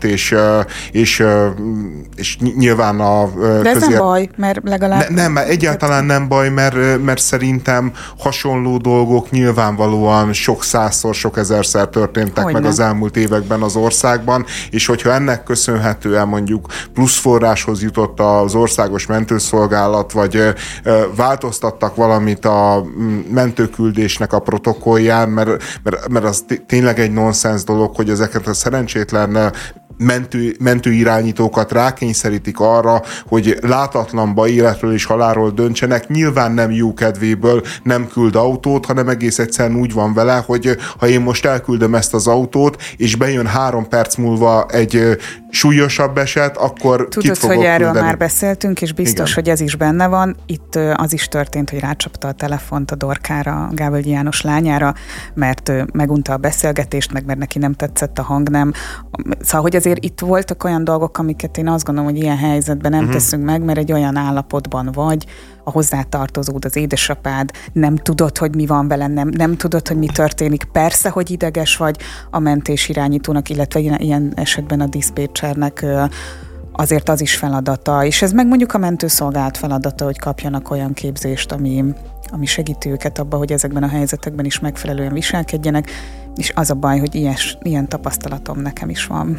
és nyilván a nem baj, mert legalább... Nem, egyáltalán nem baj, mert szerintem hasonló dolgok nyilvánvalóan sok százszor, sok ezerszer történtek meg az elmúlt években az országban, és hogyha ennek köszönhetően mondjuk plusz forráshoz jutott az országos mentőszolgálat, vagy változtattak valamit a mentőküldésnek a protokollján, mert az tényleg egy nonsens dolog, hogy ezeket a szerencsétlen mentőirányítókat rákényszerítik arra, hogy látatlanba életről és halálról döntsenek. Nyilván nem jó kedvéből nem küld autót, hanem egész egyszerűen úgy van vele, hogy ha én most elküldöm ezt az autót, és bejön 3 perc múlva egy súlyosabb eset, akkor tudod, hogy erről már beszéltünk, és biztos, hogy ez is benne van. Itt az is történt, hogy rácsapta a telefont a Dorkára, a Gálvölgyi János lányára, mert megunta a beszélgetést, meg mert neki nem tetszett a hangnem. Szóval, hogy azért itt voltak olyan dolgok, amiket én azt gondolom, hogy ilyen helyzetben nem teszünk meg, mert egy olyan állapotban vagy, a hozzátartozód, az édesapád, nem tudod, hogy mi van vele, nem tudod, hogy mi történik. Persze, hogy ideges vagy a mentésirányítónak, illetve ilyen esetben a diszpécsernek azért az is feladata, és ez meg mondjuk a mentőszolgálat feladata, hogy kapjanak olyan képzést, ami segíti őket abba, hogy ezekben a helyzetekben is megfelelően viselkedjenek, és az a baj, hogy ilyen tapasztalatom nekem is van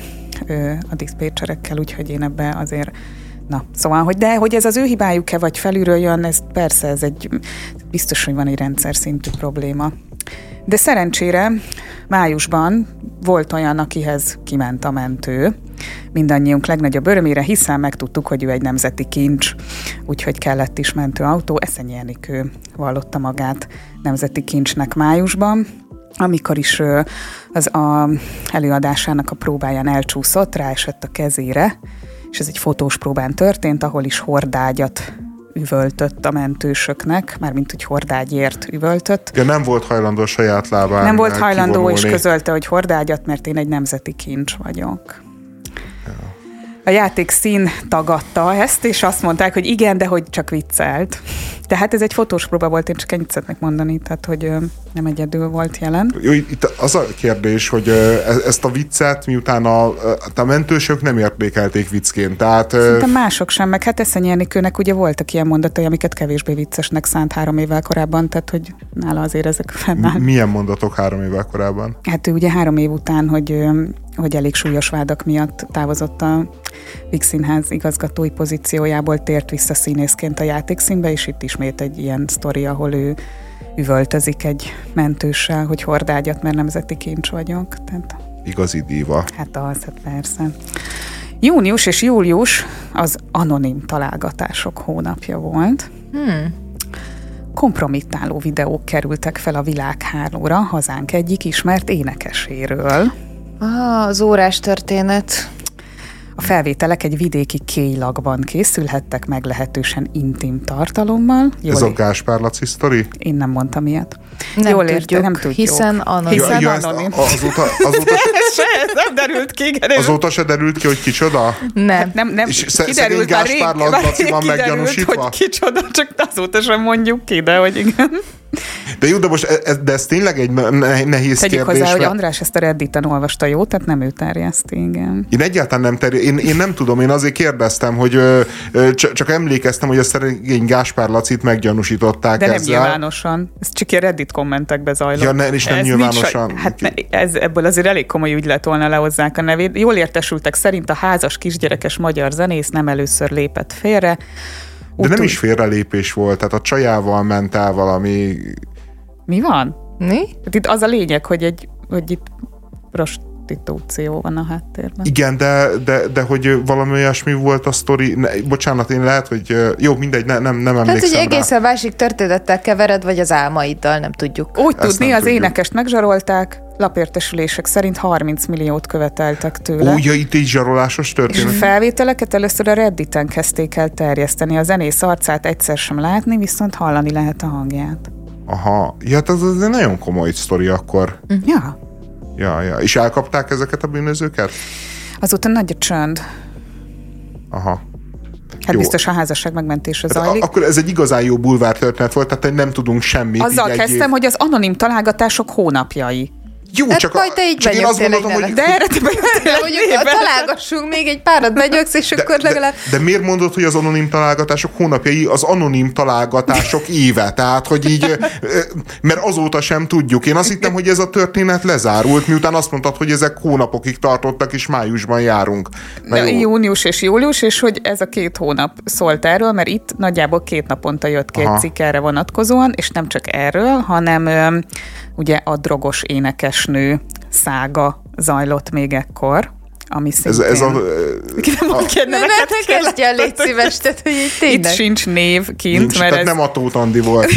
a diszpécserekkel, úgyhogy én ebbe azért szóval, hogy ez az ő hibájuk-e, vagy felülről jön, ez persze, ez biztos, hogy van egy rendszer szintű probléma. De szerencsére májusban volt olyan, akihez kiment a mentő, mindannyiunk legnagyobb örömére, hiszen megtudtuk, hogy ő egy nemzeti kincs, úgyhogy kellett is mentőautó. Eszenyi Enikő vallotta magát nemzeti kincsnek májusban, amikor is az előadásának a próbáján elcsúszott, ráesett a kezére, és ez egy fotós próbán történt, ahol is hordágyat üvöltött a mentősöknek, mármint, hogy hordágyért üvöltött. Ja, nem volt hajlandó saját lábán nem volt hajlandó, kivonulni. És közölte, hogy hordágyat, mert én egy nemzeti kincs vagyok. Ja. A játékszín tagadta ezt, és azt mondták, hogy igen, de hogy csak viccelt. Tehát ez egy fotós próba volt, én csak ennyit szeretnék mondani, tehát hogy nem egyedül volt jelen. Jó, itt az a kérdés, hogy ezt a viccet miután a mentősök nem értékelték viccként, tehát... Szerintem mások sem, meg hát Eszenyi Enikőnek ugye voltak ilyen mondatai, amiket kevésbé viccesnek szánt 3 évvel korábban, tehát hogy nála azért ezek fennáll. Milyen mondatok 3 évvel korábban? Hát ő ugye 3 év után, hogy elég súlyos vádak miatt távozott a Víg Színház igazgatói pozíciójából, tért vissza színészként a játékszínbe, és itt ismét egy ilyen sztori, ahol ő üvöltözik egy mentőssel, hogy hordágyat, mert nemzeti kincs vagyok. Tehát, igazi díva. Hát persze. Június és július az anonim találgatások hónapja volt. Kompromittáló videók kerültek fel a világhálóra hazánk egyik ismert énekeséről. Az órás történet. A felvételek egy vidéki kélylakban készülhettek meglehetősen intim tartalommal. Ez a Gáspár Laci sztori? Én nem mondtam ilyet. Nem tudjuk. Hiszen anonim. Azóta nem derült ki. Azóta se derült ki, hogy kicsoda? Nem. És szegény Gáspár Laci van meggyanúsítva? Hogy kicsoda, csak azóta sem mondjuk ki, de hogy igen. De jó, de most ez tényleg egy nehéz Tegyük kérdés. hozzá, hogy András ezt a Redditen olvasta, jó? Tehát nem ő terjeszti, igen. Én egyáltalán nem én nem tudom, én azért kérdeztem, hogy csak emlékeztem, hogy a szegény Gáspár Lacit meggyanúsították ezzel. De nem nyilvánosan. Ez csak ilyen Reddit kommentekbe zajlott. Ja, és nem nyilvánosan. Ebből azért elég komoly ügy lett volna, lehozzák a nevét. Jól értesültek szerint a házas kisgyerekes magyar zenész nem először lépett félre. De nem is félrelépés volt, tehát a csajával ment el valami... Mi van? Mi? Hát itt az a lényeg, hogy itt prostitúció van a háttérben. Igen, de hogy valami olyasmi volt a sztori. Bocsánat, én lehet, hogy jó, mindegy, nem emlékszem hát, hogy rá. egészen másik történettel kevered, vagy az álmaiddal, nem tudjuk. Úgy tudni, az énekest megzsarolták, lapértesülések szerint 30 milliót követeltek tőle. Ugye itt egy zsarolásos történet? És felvételeket először a Redditen kezdték el terjeszteni. A zenész arcát egyszer sem látni, viszont hallani lehet a hangját. Aha, ja, ez egy nagyon komoly sztori akkor. Ja. Ja. És elkapták ezeket a bűnözőket? Azután nagy a csönd. Aha. Hát jó. Biztos a házasság megmentése zajlik. Akkor ez egy igazán jó bulvár történet volt, tehát nem tudunk semmit. Azzal kezdtem, hogy az anonim találgatások hónapjai. Jó, hát csak én azt mondom, hogy... De erre te mondjuk találgassunk még egy párat, begyöksz, és akkor legalább... De miért mondod, hogy az anonim találgatások hónapjai, az anonim találgatások éve? Tehát, hogy így... Mert azóta sem tudjuk. Én azt hittem, hogy ez a történet lezárult, miután azt mondtad, hogy ezek hónapokig tartottak, és májusban járunk. Június és július, és hogy ez a 2 hónap szólt erről, mert itt nagyjából 2 naponta jött ki egy cikk erre vonatkozóan, és nem csak erről, hanem ugye a drogos énekesnő szága zajlott még ekkor, ami szintén... Ez a... Nem kezdj el, légy szíves, tehát, hogy így tényleg. Itt sincs név kint, nincs, mert nem a Tóth Andi volt.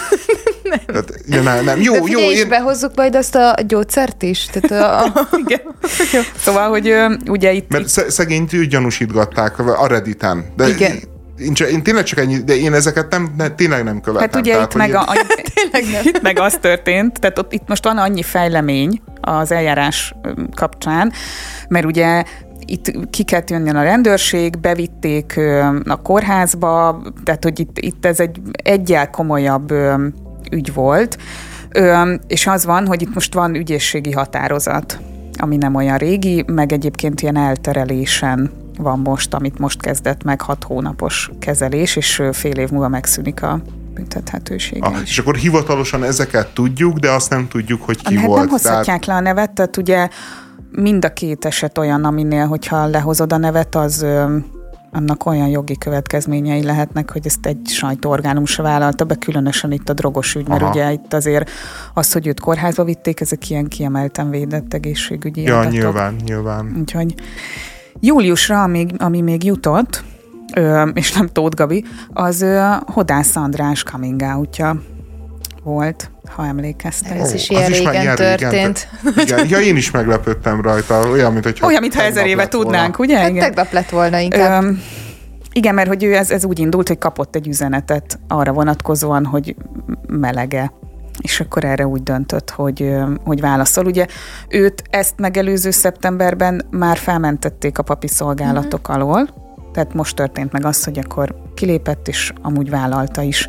Nem. Jó, és behozzuk majd azt a gyógyszert is. Tehát Igen. Szóval, hogy ugye itt... Mert szegényt gyanúsítgatták a Redditen. De igen. Én tényleg csak ennyi, de én ezeket tényleg nem követem. Hát ugye itt meg az történt, tehát itt most van annyi fejlemény az eljárás kapcsán, mert ugye itt ki kellett jönni a rendőrség, bevitték a kórházba, tehát hogy itt ez egy egyel komolyabb ügy volt, és az van, hogy itt most van ügyészségi határozat, ami nem olyan régi, meg egyébként ilyen elterelésen van most, amit most kezdett meg 6 hónapos kezelés, és fél év múlva megszűnik a büntethetősége is. És akkor hivatalosan ezeket tudjuk, de azt nem tudjuk, hogy ki hát volt. Nem hozhatják le a nevet, tehát ugye mind a 2 eset olyan, aminél, hogyha lehozod a nevet, az annak olyan jogi következményei lehetnek, hogy ezt egy sajtóorgánum se vállalta be, különösen itt a drogos ügy, mert ugye itt azért az, hogy őt kórházba vitték, ezek ilyen kiemelten védett egészségügyi adatok. Nyilván. Úgyhogy júliusra, ami még jutott, és nem Tóth Gabi, az Hodász András coming out-ja volt, ha emlékeztek. Ez is ilyen régen történt. Igen. Ja, én is meglepődtem rajta. Olyan, mintha 1000 éve tudnánk, ugye? Hát tegnap lett volna inkább. Igen, mert hogy ő ez úgy indult, hogy kapott egy üzenetet arra vonatkozóan, hogy melege. És akkor erre úgy döntött, hogy válaszol. Ugye őt ezt megelőző szeptemberben már felmentették a papi szolgálatok alól, tehát most történt meg az, hogy akkor kilépett, és amúgy vállalta is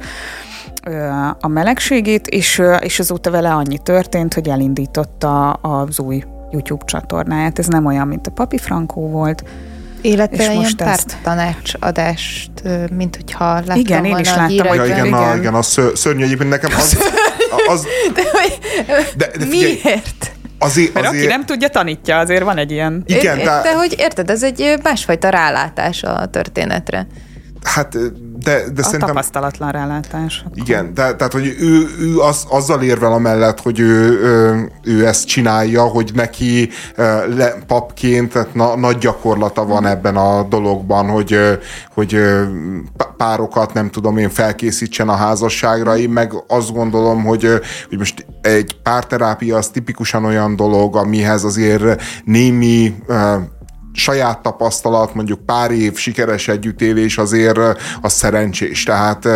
a melegségét, és azóta vele annyi történt, hogy elindította az új YouTube csatornáját. Ez nem olyan, mint a Papi Frankó volt. Illetve ilyen pártanácsadást, mint hogyha láttam igen, volna én is láttam, igen, az szörnyű egyébként nekem az de miért? Mert aki nem tudja, tanítja, azért van egy ilyen... Igen, de hogy érted, ez egy másfajta rálátás a történetre. Hát, de szerintem... tapasztalatlan rálátás. Akkor. Igen, tehát, hogy ő azzal érvel amellett, hogy ő ezt csinálja, hogy neki papként tehát nagy gyakorlata van ebben a dologban, hogy párokat, nem tudom én, felkészítsen a házasságra. Én meg azt gondolom, hogy most egy párterápia az tipikusan olyan dolog, amihez azért némi saját tapasztalat, mondjuk pár év sikeres együttélés azért az szerencsés. Tehát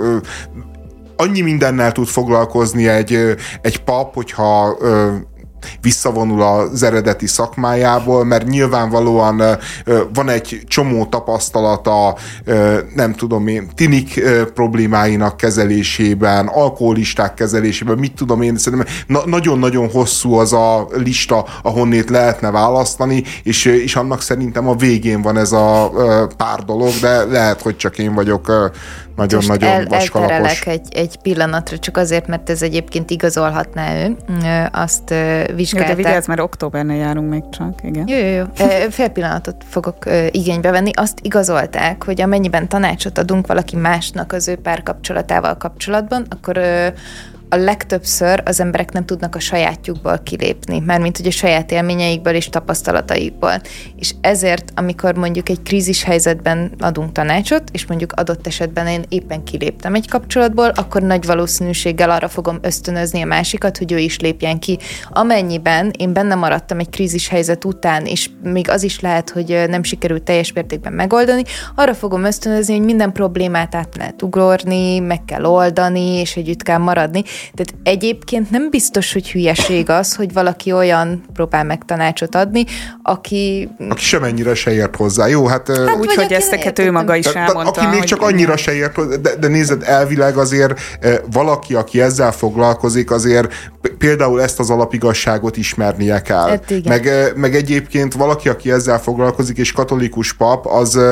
annyi mindennel tud foglalkozni egy pap, hogyha visszavonul az eredeti szakmájából, mert nyilvánvalóan van egy csomó tapasztalata, nem tudom én, tinik problémáinak kezelésében, alkoholisták kezelésében, mit tudom én, szerintem nagyon-nagyon hosszú az a lista, ahonnét lehetne választani, és annak szerintem a végén van ez a pár dolog, de lehet, hogy csak én vagyok nagyon-nagyon vaskalapos. Elterelek egy pillanatra, csak azért, mert ez egyébként igazolhatná ő. Azt vizsgálták. Jó, de vigyázz, mert októbernél járunk még csak, igen. Jó. Fél pillanatot fogok igénybe venni. Azt igazolták, hogy amennyiben tanácsot adunk valaki másnak az ő párkapcsolatával kapcsolatban, akkor a legtöbbször az emberek nem tudnak a sajátjukból kilépni, mármint hogy a saját élményeikből és tapasztalataikból. És ezért, amikor mondjuk egy krízis helyzetben adunk tanácsot, és mondjuk adott esetben én éppen kiléptem egy kapcsolatból, akkor nagy valószínűséggel arra fogom ösztönözni a másikat, hogy ő is lépjen ki. Amennyiben én benne maradtam egy krízis helyzet után, és még az is lehet, hogy nem sikerült teljes mértékben megoldani, arra fogom ösztönözni, hogy minden problémát át lehet ugorni, meg kell oldani, és együtt kell maradni. Tehát egyébként nem biztos, hogy hülyeség az, hogy valaki olyan próbál meg tanácsot adni, aki semennyire se ért hozzá. Jó, hát úgy, hogy ezteket ő maga is elmondta. Aki még csak annyira se ért hozzá, de nézed, elvileg azért valaki, aki ezzel foglalkozik, azért például ezt az alapigasságot ismernie kell. Hát meg egyébként valaki, aki ezzel foglalkozik, és katolikus pap,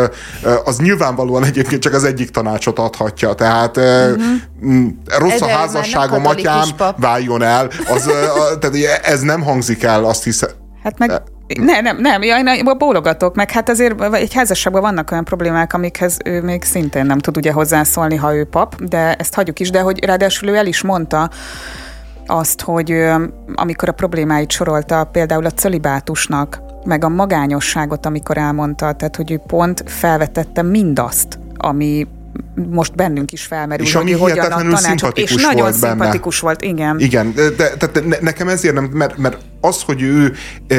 az nyilvánvalóan egyébként csak az egyik tanácsot adhatja. Tehát rossz a házasságom, atyám, váljon el. Tehát ez nem hangzik el, azt hiszem. Hát meg... Nem, bólogatok, meg hát azért egy házasságban vannak olyan problémák, amikhez ő még szintén nem tud ugye hozzászólni, ha ő pap, de ezt hagyjuk is, de hogy ráadásul ő el is mondta azt, hogy amikor a problémáit sorolta, például a cölibátusnak, meg a magányosságot, amikor elmondta, tehát hogy ő pont felvetette mindazt, ami most bennünk is felmerül, és ami hihetetlenül szimpatikus és volt nagyon szimpatikus volt, igen. Igen, de nekem ezért nem, mert az, hogy ő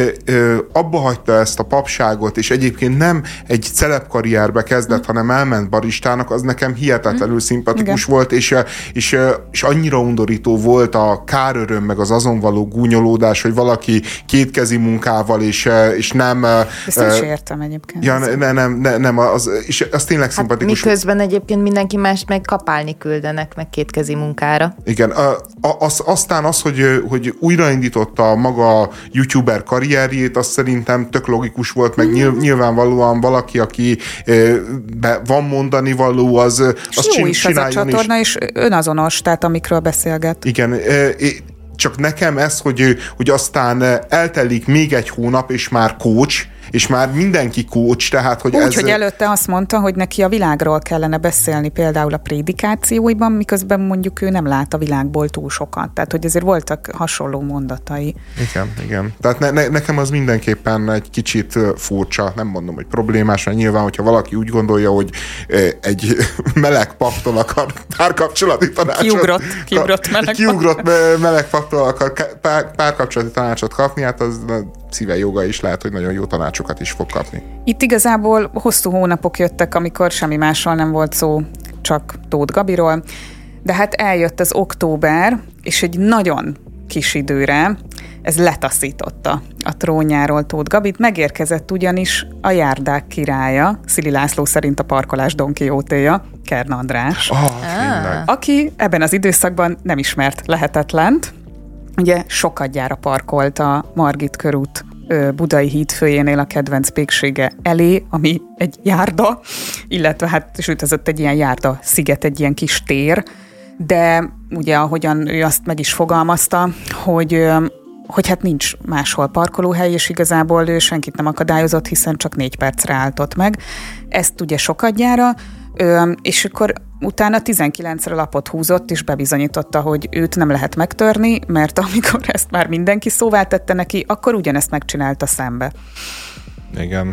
abba hagyta ezt a papságot, és egyébként nem egy celebkarrierbe kezdett, hanem elment baristának, az nekem hihetetlenül szimpatikus volt, és annyira undorító volt a káröröm, meg az azon való gúnyolódás, hogy valaki kétkezi munkával, és nem... Ezt nem is értem egyébként. Ja, nem, és az tényleg szimpatikus. Miközben egyébként mindenki mást meg kapálni küldenek, meg kétkezi munkára. Igen, aztán az, hogy újraindította maga a youtuber karrierjét, az szerintem tök logikus volt, meg nyilvánvalóan valaki, aki van mondani való, az jó is az a csatorna, és önazonos, tehát amikről beszélget. Igen, csak nekem ez, hogy aztán eltelik még egy hónap, és már coach, és már mindenki coach, tehát hogy úgy, hogy előtte azt mondta, hogy neki a világról kellene beszélni például a prédikációiban, miközben mondjuk ő nem lát a világból túl sokat. Tehát, hogy azért voltak hasonló mondatai. Igen. Tehát nekem az mindenképpen egy kicsit furcsa, nem mondom, hogy problémás, mert nyilván, hogyha valaki úgy gondolja, hogy egy meleg paptól akar párkapcsolati tanácsot... Kiugrott meleg paptól akar párkapcsolati tanácsot kapni, hát az szíve joga is lehet, hogy nagyon jó tanácsokat is fog kapni. Itt igazából hosszú hónapok jöttek, amikor semmi másról nem volt szó, csak Tóth Gabiról, de hát eljött az október, és egy nagyon kis időre ez letaszította a trónjáról Tóth Gabit, megérkezett ugyanis a járdák királya, Szili László szerint a parkolás Don Quixote-ja, Kern András, aki ebben az időszakban nem ismert lehetetlent. Ugye sokadjára parkolt a Margit körút Budai híd főjénél a kedvenc péksége elé, ami egy járda, illetve hát sütözött egy ilyen járda sziget, egy ilyen kis tér, de ugye ahogyan ő azt meg is fogalmazta, hogy hát nincs máshol parkolóhely, és igazából ő senkit nem akadályozott, hiszen csak 4 percre álltott meg. Ezt ugye sokadjára, és akkor utána 19-re lapot húzott, és bebizonyította, hogy őt nem lehet megtörni, mert amikor ezt már mindenki szóvá tette neki, akkor ugyanezt megcsinálta szembe. Igen.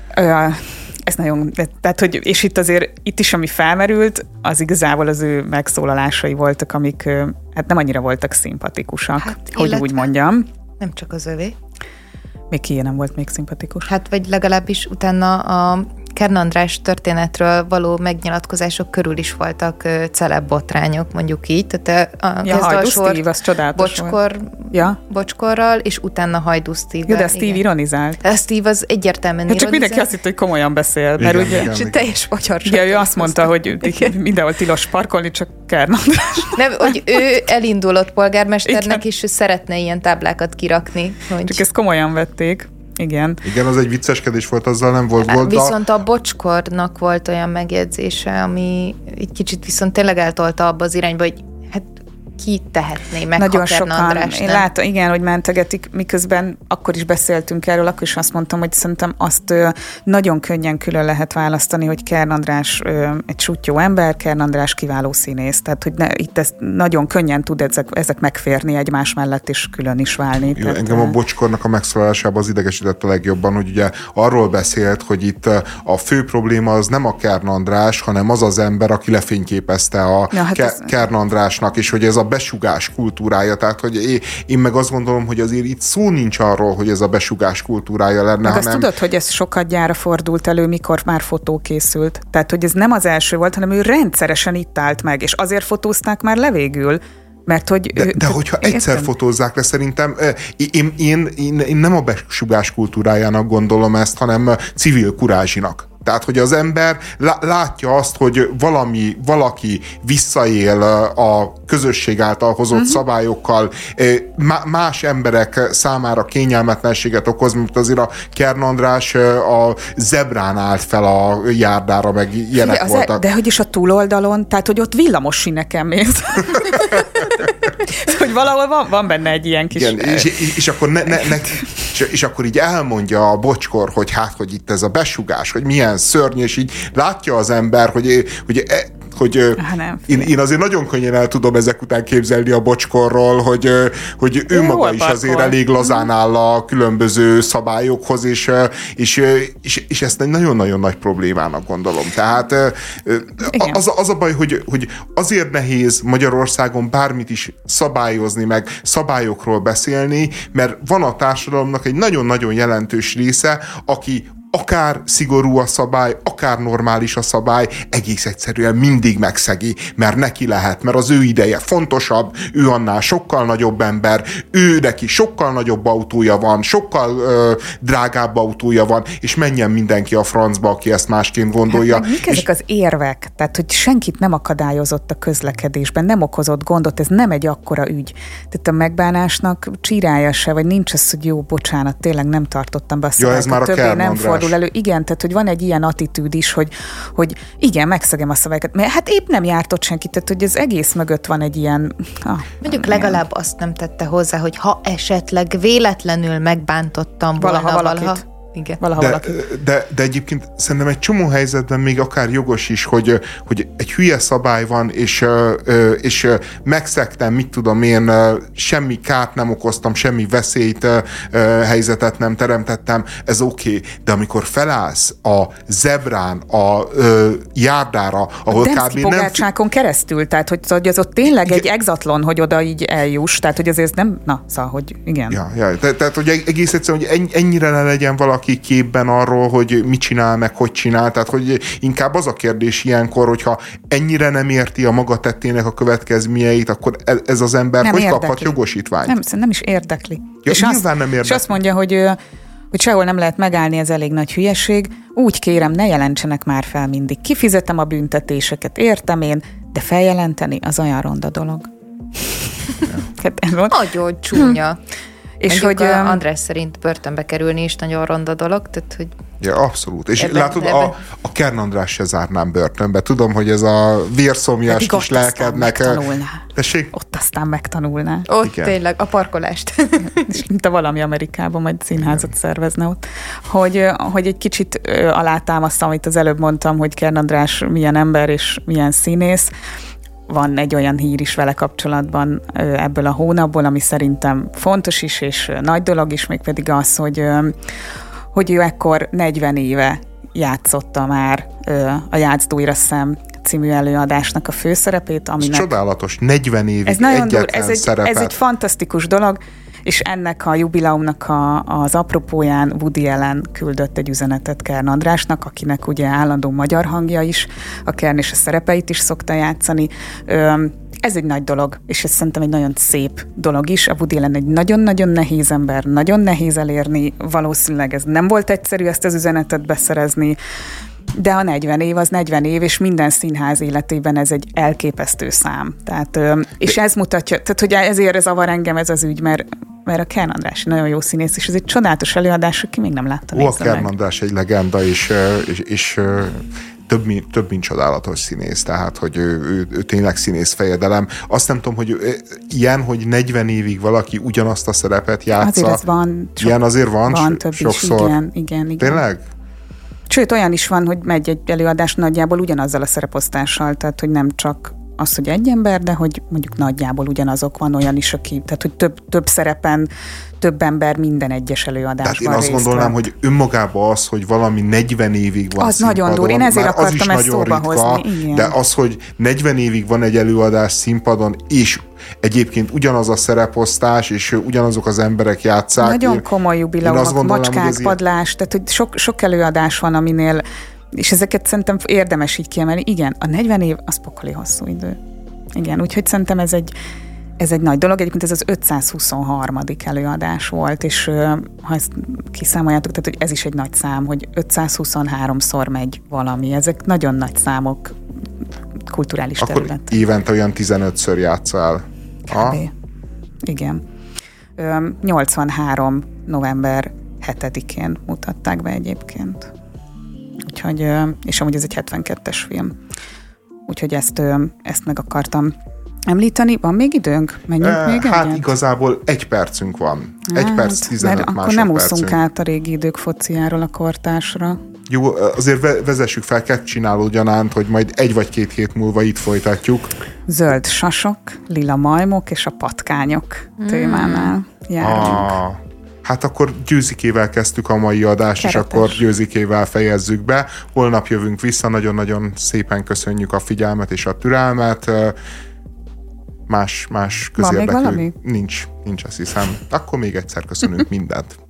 Ez nagyon, tehát, hogy, és itt is, ami felmerült, az igazából az ő megszólalásai voltak, amik hát nem annyira voltak szimpatikusak, hát, hogy úgy mondjam. Nem csak az övé. Még ki nem volt még szimpatikus. Hát, vagy legalábbis utána a Kern András történetről való megnyilatkozások körül is voltak celeb botrányok, mondjuk így. Tehát Hajdú Steve, az csodálatos Bocskorral, és utána Hajdú Steve. Jó, de Steve ironizált. A Steve az egyértelműen ironizált. Csak mindenki azt hitt, hogy komolyan beszél. Mert igen. Teljes potyarság. Ja, ő azt mondta, hogy mindenhol tilos parkolni, csak Kern András. Nem, hogy ő elindulott polgármesternek, és ő szeretne ilyen táblákat kirakni. Hogy... Csak ezt komolyan vették. Igen. Igen, az egy vicceskedés volt, azzal nem volt. Viszont a Bocskornak volt olyan megjegyzése, ami egy kicsit viszont tényleg eltolta abba az irányba, hogy hát ki tehetné meg nagyon Kern sokan. András, Én látom, igen, hogy mentegetik, miközben akkor is beszéltünk erről, akkor is azt mondtam, hogy szerintem azt nagyon könnyen külön lehet választani, hogy Kern András egy sutyó ember, Kern András kiváló színész. Tehát, hogy itt ez nagyon könnyen tud ezek megférni egymás mellett, és külön is válni. Jó, tehát, engem a Bocskornak a megszólalásában az idegesített a legjobban, hogy ugye arról beszélt, hogy itt a fő probléma az nem a Kern András, hanem az az ember, aki lefényképezte a Kern Andrásnak, és hogy ez a besugás kultúrája. Tehát, hogy én meg azt gondolom, hogy azért itt szó nincs arról, hogy ez a besugás kultúrája lenne, meg hanem... azt tudod, hogy ez sokat gyára fordult elő, mikor már fotó készült. Tehát, hogy ez nem az első volt, hanem ő rendszeresen itt állt meg, és azért fotózták már le végül, mert hogy... De hogyha egyszer fotózzák le, szerintem én nem a besugás kultúrájának gondolom ezt, hanem civil kurázsinak. Tehát, hogy az ember látja azt, hogy valaki visszaél a közösség által hozott szabályokkal, más emberek számára kényelmetlenséget okoz, mint azért a Kern András a zebrán állt fel a járdára, meg ilyenek voltak. De hogy is a túloldalon, tehát, hogy ott villamos sineken mész. Hogy valahol van benne egy ilyen kis... Igen, és akkor így elmondja a Bocskor, hogy hogy itt ez a besugás, hogy milyen szörnyű, és így látja az ember, hogy én azért nagyon könnyen el tudom ezek után képzelni a Bocskorról, hogy ő maga is azért elég lazán áll a különböző szabályokhoz, és ezt egy nagyon-nagyon nagy problémának gondolom. Tehát az a baj, hogy azért nehéz Magyarországon bármit is szabályozni, meg szabályokról beszélni, mert van a társadalomnak egy nagyon-nagyon jelentős része, aki akár szigorú a szabály, akár normális a szabály, egész egyszerűen mindig megszegi, mert neki lehet, mert az ő ideje fontosabb, ő annál sokkal nagyobb ember, ő neki sokkal nagyobb autója van, sokkal drágább autója van, és menjen mindenki a francba, aki ezt másként gondolja. Hát, mik ezek az érvek? Tehát, hogy senkit nem akadályozott a közlekedésben, nem okozott gondot, ez nem egy akkora ügy. Tehát a megbánásnak csírája se, vagy nincs az, hogy jó, bocsánat, tényleg nem tartottam be a szabályt. Ez már a Kern András. Elő. Igen, tehát, hogy van egy ilyen attitűd is, hogy igen, megszegem a szabályokat. Mert hát épp nem járt ott senki, tehát, hogy az egész mögött van egy ilyen... Mondjuk legalább azt nem tette hozzá, hogy ha esetleg véletlenül megbántottam volna valakit. Igen. De egyébként szerintem egy csomó helyzetben még akár jogos is, hogy egy hülye szabály van, és megszegtem, mit tudom én, semmi kárt nem okoztam, semmi veszélyt, helyzetet nem teremtettem, ez oké. De amikor felállsz a zebrán, a járdára, ahol kb. Pogácsákon keresztül, tehát hogy az ott tényleg egy exatlon, hogy oda így eljuss, tehát hogy azért nem, szóval, hogy igen. Ja, tehát hogy egész egyszerűen, hogy ennyire ne legyen valaki képben arról, hogy mit csinál, meg hogy csinál. Tehát, hogy inkább az a kérdés ilyenkor, hogyha ennyire nem érti a maga tettének a következményeit, akkor ez az ember nem hogy érdekli. kaphat jogosítványt? Nem is érdekli. Ja, és nyilván nem érdekli. És azt mondja, hogy sehol nem lehet megállni, ez elég nagy hülyeség. Úgy kérem, ne jelentsenek már fel mindig. Kifizetem a büntetéseket, értem én, de feljelenteni az olyan ronda dolog. Nagyon csúnya. És hogy András szerint börtönbe kerülni is nagyon ronda dolog, tehát hogy... Ja, abszolút. És látod, a Kern András se zárnám börtönbe. Tudom, hogy ez a vérszomjas kis lelkednek... Ott aztán megtanulná. Ott igen. Tényleg, a parkolást. És mint a valami Amerikában majd színházat szervezne ott. Hogy egy kicsit alátámasztam, amit az előbb mondtam, hogy Kern András milyen ember és milyen színész. Van egy olyan hír is vele kapcsolatban ebből a hónapból, ami szerintem fontos is, és nagy dolog is, mégpedig az, hogy ő ekkor 40 éve játszotta már a Játszd újra szem című előadásnak a főszerepét. Aminek ez csodálatos, 40 évig egyetlen szerepet. Ez egy fantasztikus dolog, és ennek a jubileumnak az apropóján Woody Allen küldött egy üzenetet Kern Andrásnak, akinek ugye állandó magyar hangja is, a Kern és a szerepeit is szokta játszani. Ez egy nagy dolog, és ez szerintem egy nagyon szép dolog is. A Woody Allen egy nagyon-nagyon nehéz ember, nagyon nehéz elérni, valószínűleg ez nem volt egyszerű ezt az üzenetet beszerezni, de a 40 év az 40 év, és minden színház életében ez egy elképesztő szám. Tehát, és ez mutatja, tehát hogy ezért zavar engem ez az ügy, mert a Kern András nagyon jó színész, és ez egy csodálatos előadás, aki még nem látta. A Kern András egy legenda, és több mint csodálatos színész, tehát, hogy ő tényleg színész fejedelem. Azt nem tudom, hogy ilyen, hogy 40 évig valaki ugyanazt a szerepet játsza. Azért ez van. Ilyen azért van? Van több sokszor. is, igen. Tényleg? Sőt, olyan is van, hogy megy egy előadás nagyjából ugyanazzal a szereposztással, tehát, hogy nem csak az, hogy egy ember, de hogy mondjuk nagyjából ugyanazok, van olyan is, aki, tehát, hogy több szerepen több ember minden egyes előadásban. Tehát én azt gondolnám, hogy önmagában az, hogy valami 40 évig van az nagyon durva. Én ezért akartam ezt szóba hozni. Igen. De az, hogy 40 évig van egy előadás színpadon, és egyébként ugyanaz a szereposztás, és ugyanazok az emberek játsszák. Nagyon komoly jubileumok, macskák, padlás, tehát hogy sok előadás van, aminél, és ezeket szerintem érdemes így kiemelni. Igen, a 40 év, az pokoli hosszú idő. Igen, úgyhogy szerintem ez egy nagy dolog. Egyébként ez az 523. előadás volt, és ha ezt kiszámoljátok, tehát hogy ez is egy nagy szám, hogy 523-szor megy valami. Ezek nagyon nagy számok kulturális területen. Akkor évente olyan 15-ször játszál. Kb. Igen. 83. november 7-én mutatták be egyébként. Úgyhogy, és amúgy ez egy 72-es film. Úgyhogy ezt meg akartam említeni. Van még időnk? Menjünk még Hát egyet? Igazából 1 percünk van. 1 perc, 15 akkor másodpercünk. nem úszunk át a régi idők fociáról a kortársra. Jó, azért vezessük fel kettcsinálódjanánt, hogy majd 1 vagy 2 hét múlva itt folytatjuk. Zöld sasok, lila majmok és a patkányok témánál járunk. Hát akkor Győzikével kezdtük a mai adást, Keretes. És akkor Győzikével fejezzük be. Holnap jövünk vissza, nagyon-nagyon szépen köszönjük a figyelmet és a türelmet. Más közérdekű. Van még valami? Nincs, azt hiszem. Akkor még egyszer köszönünk mindent.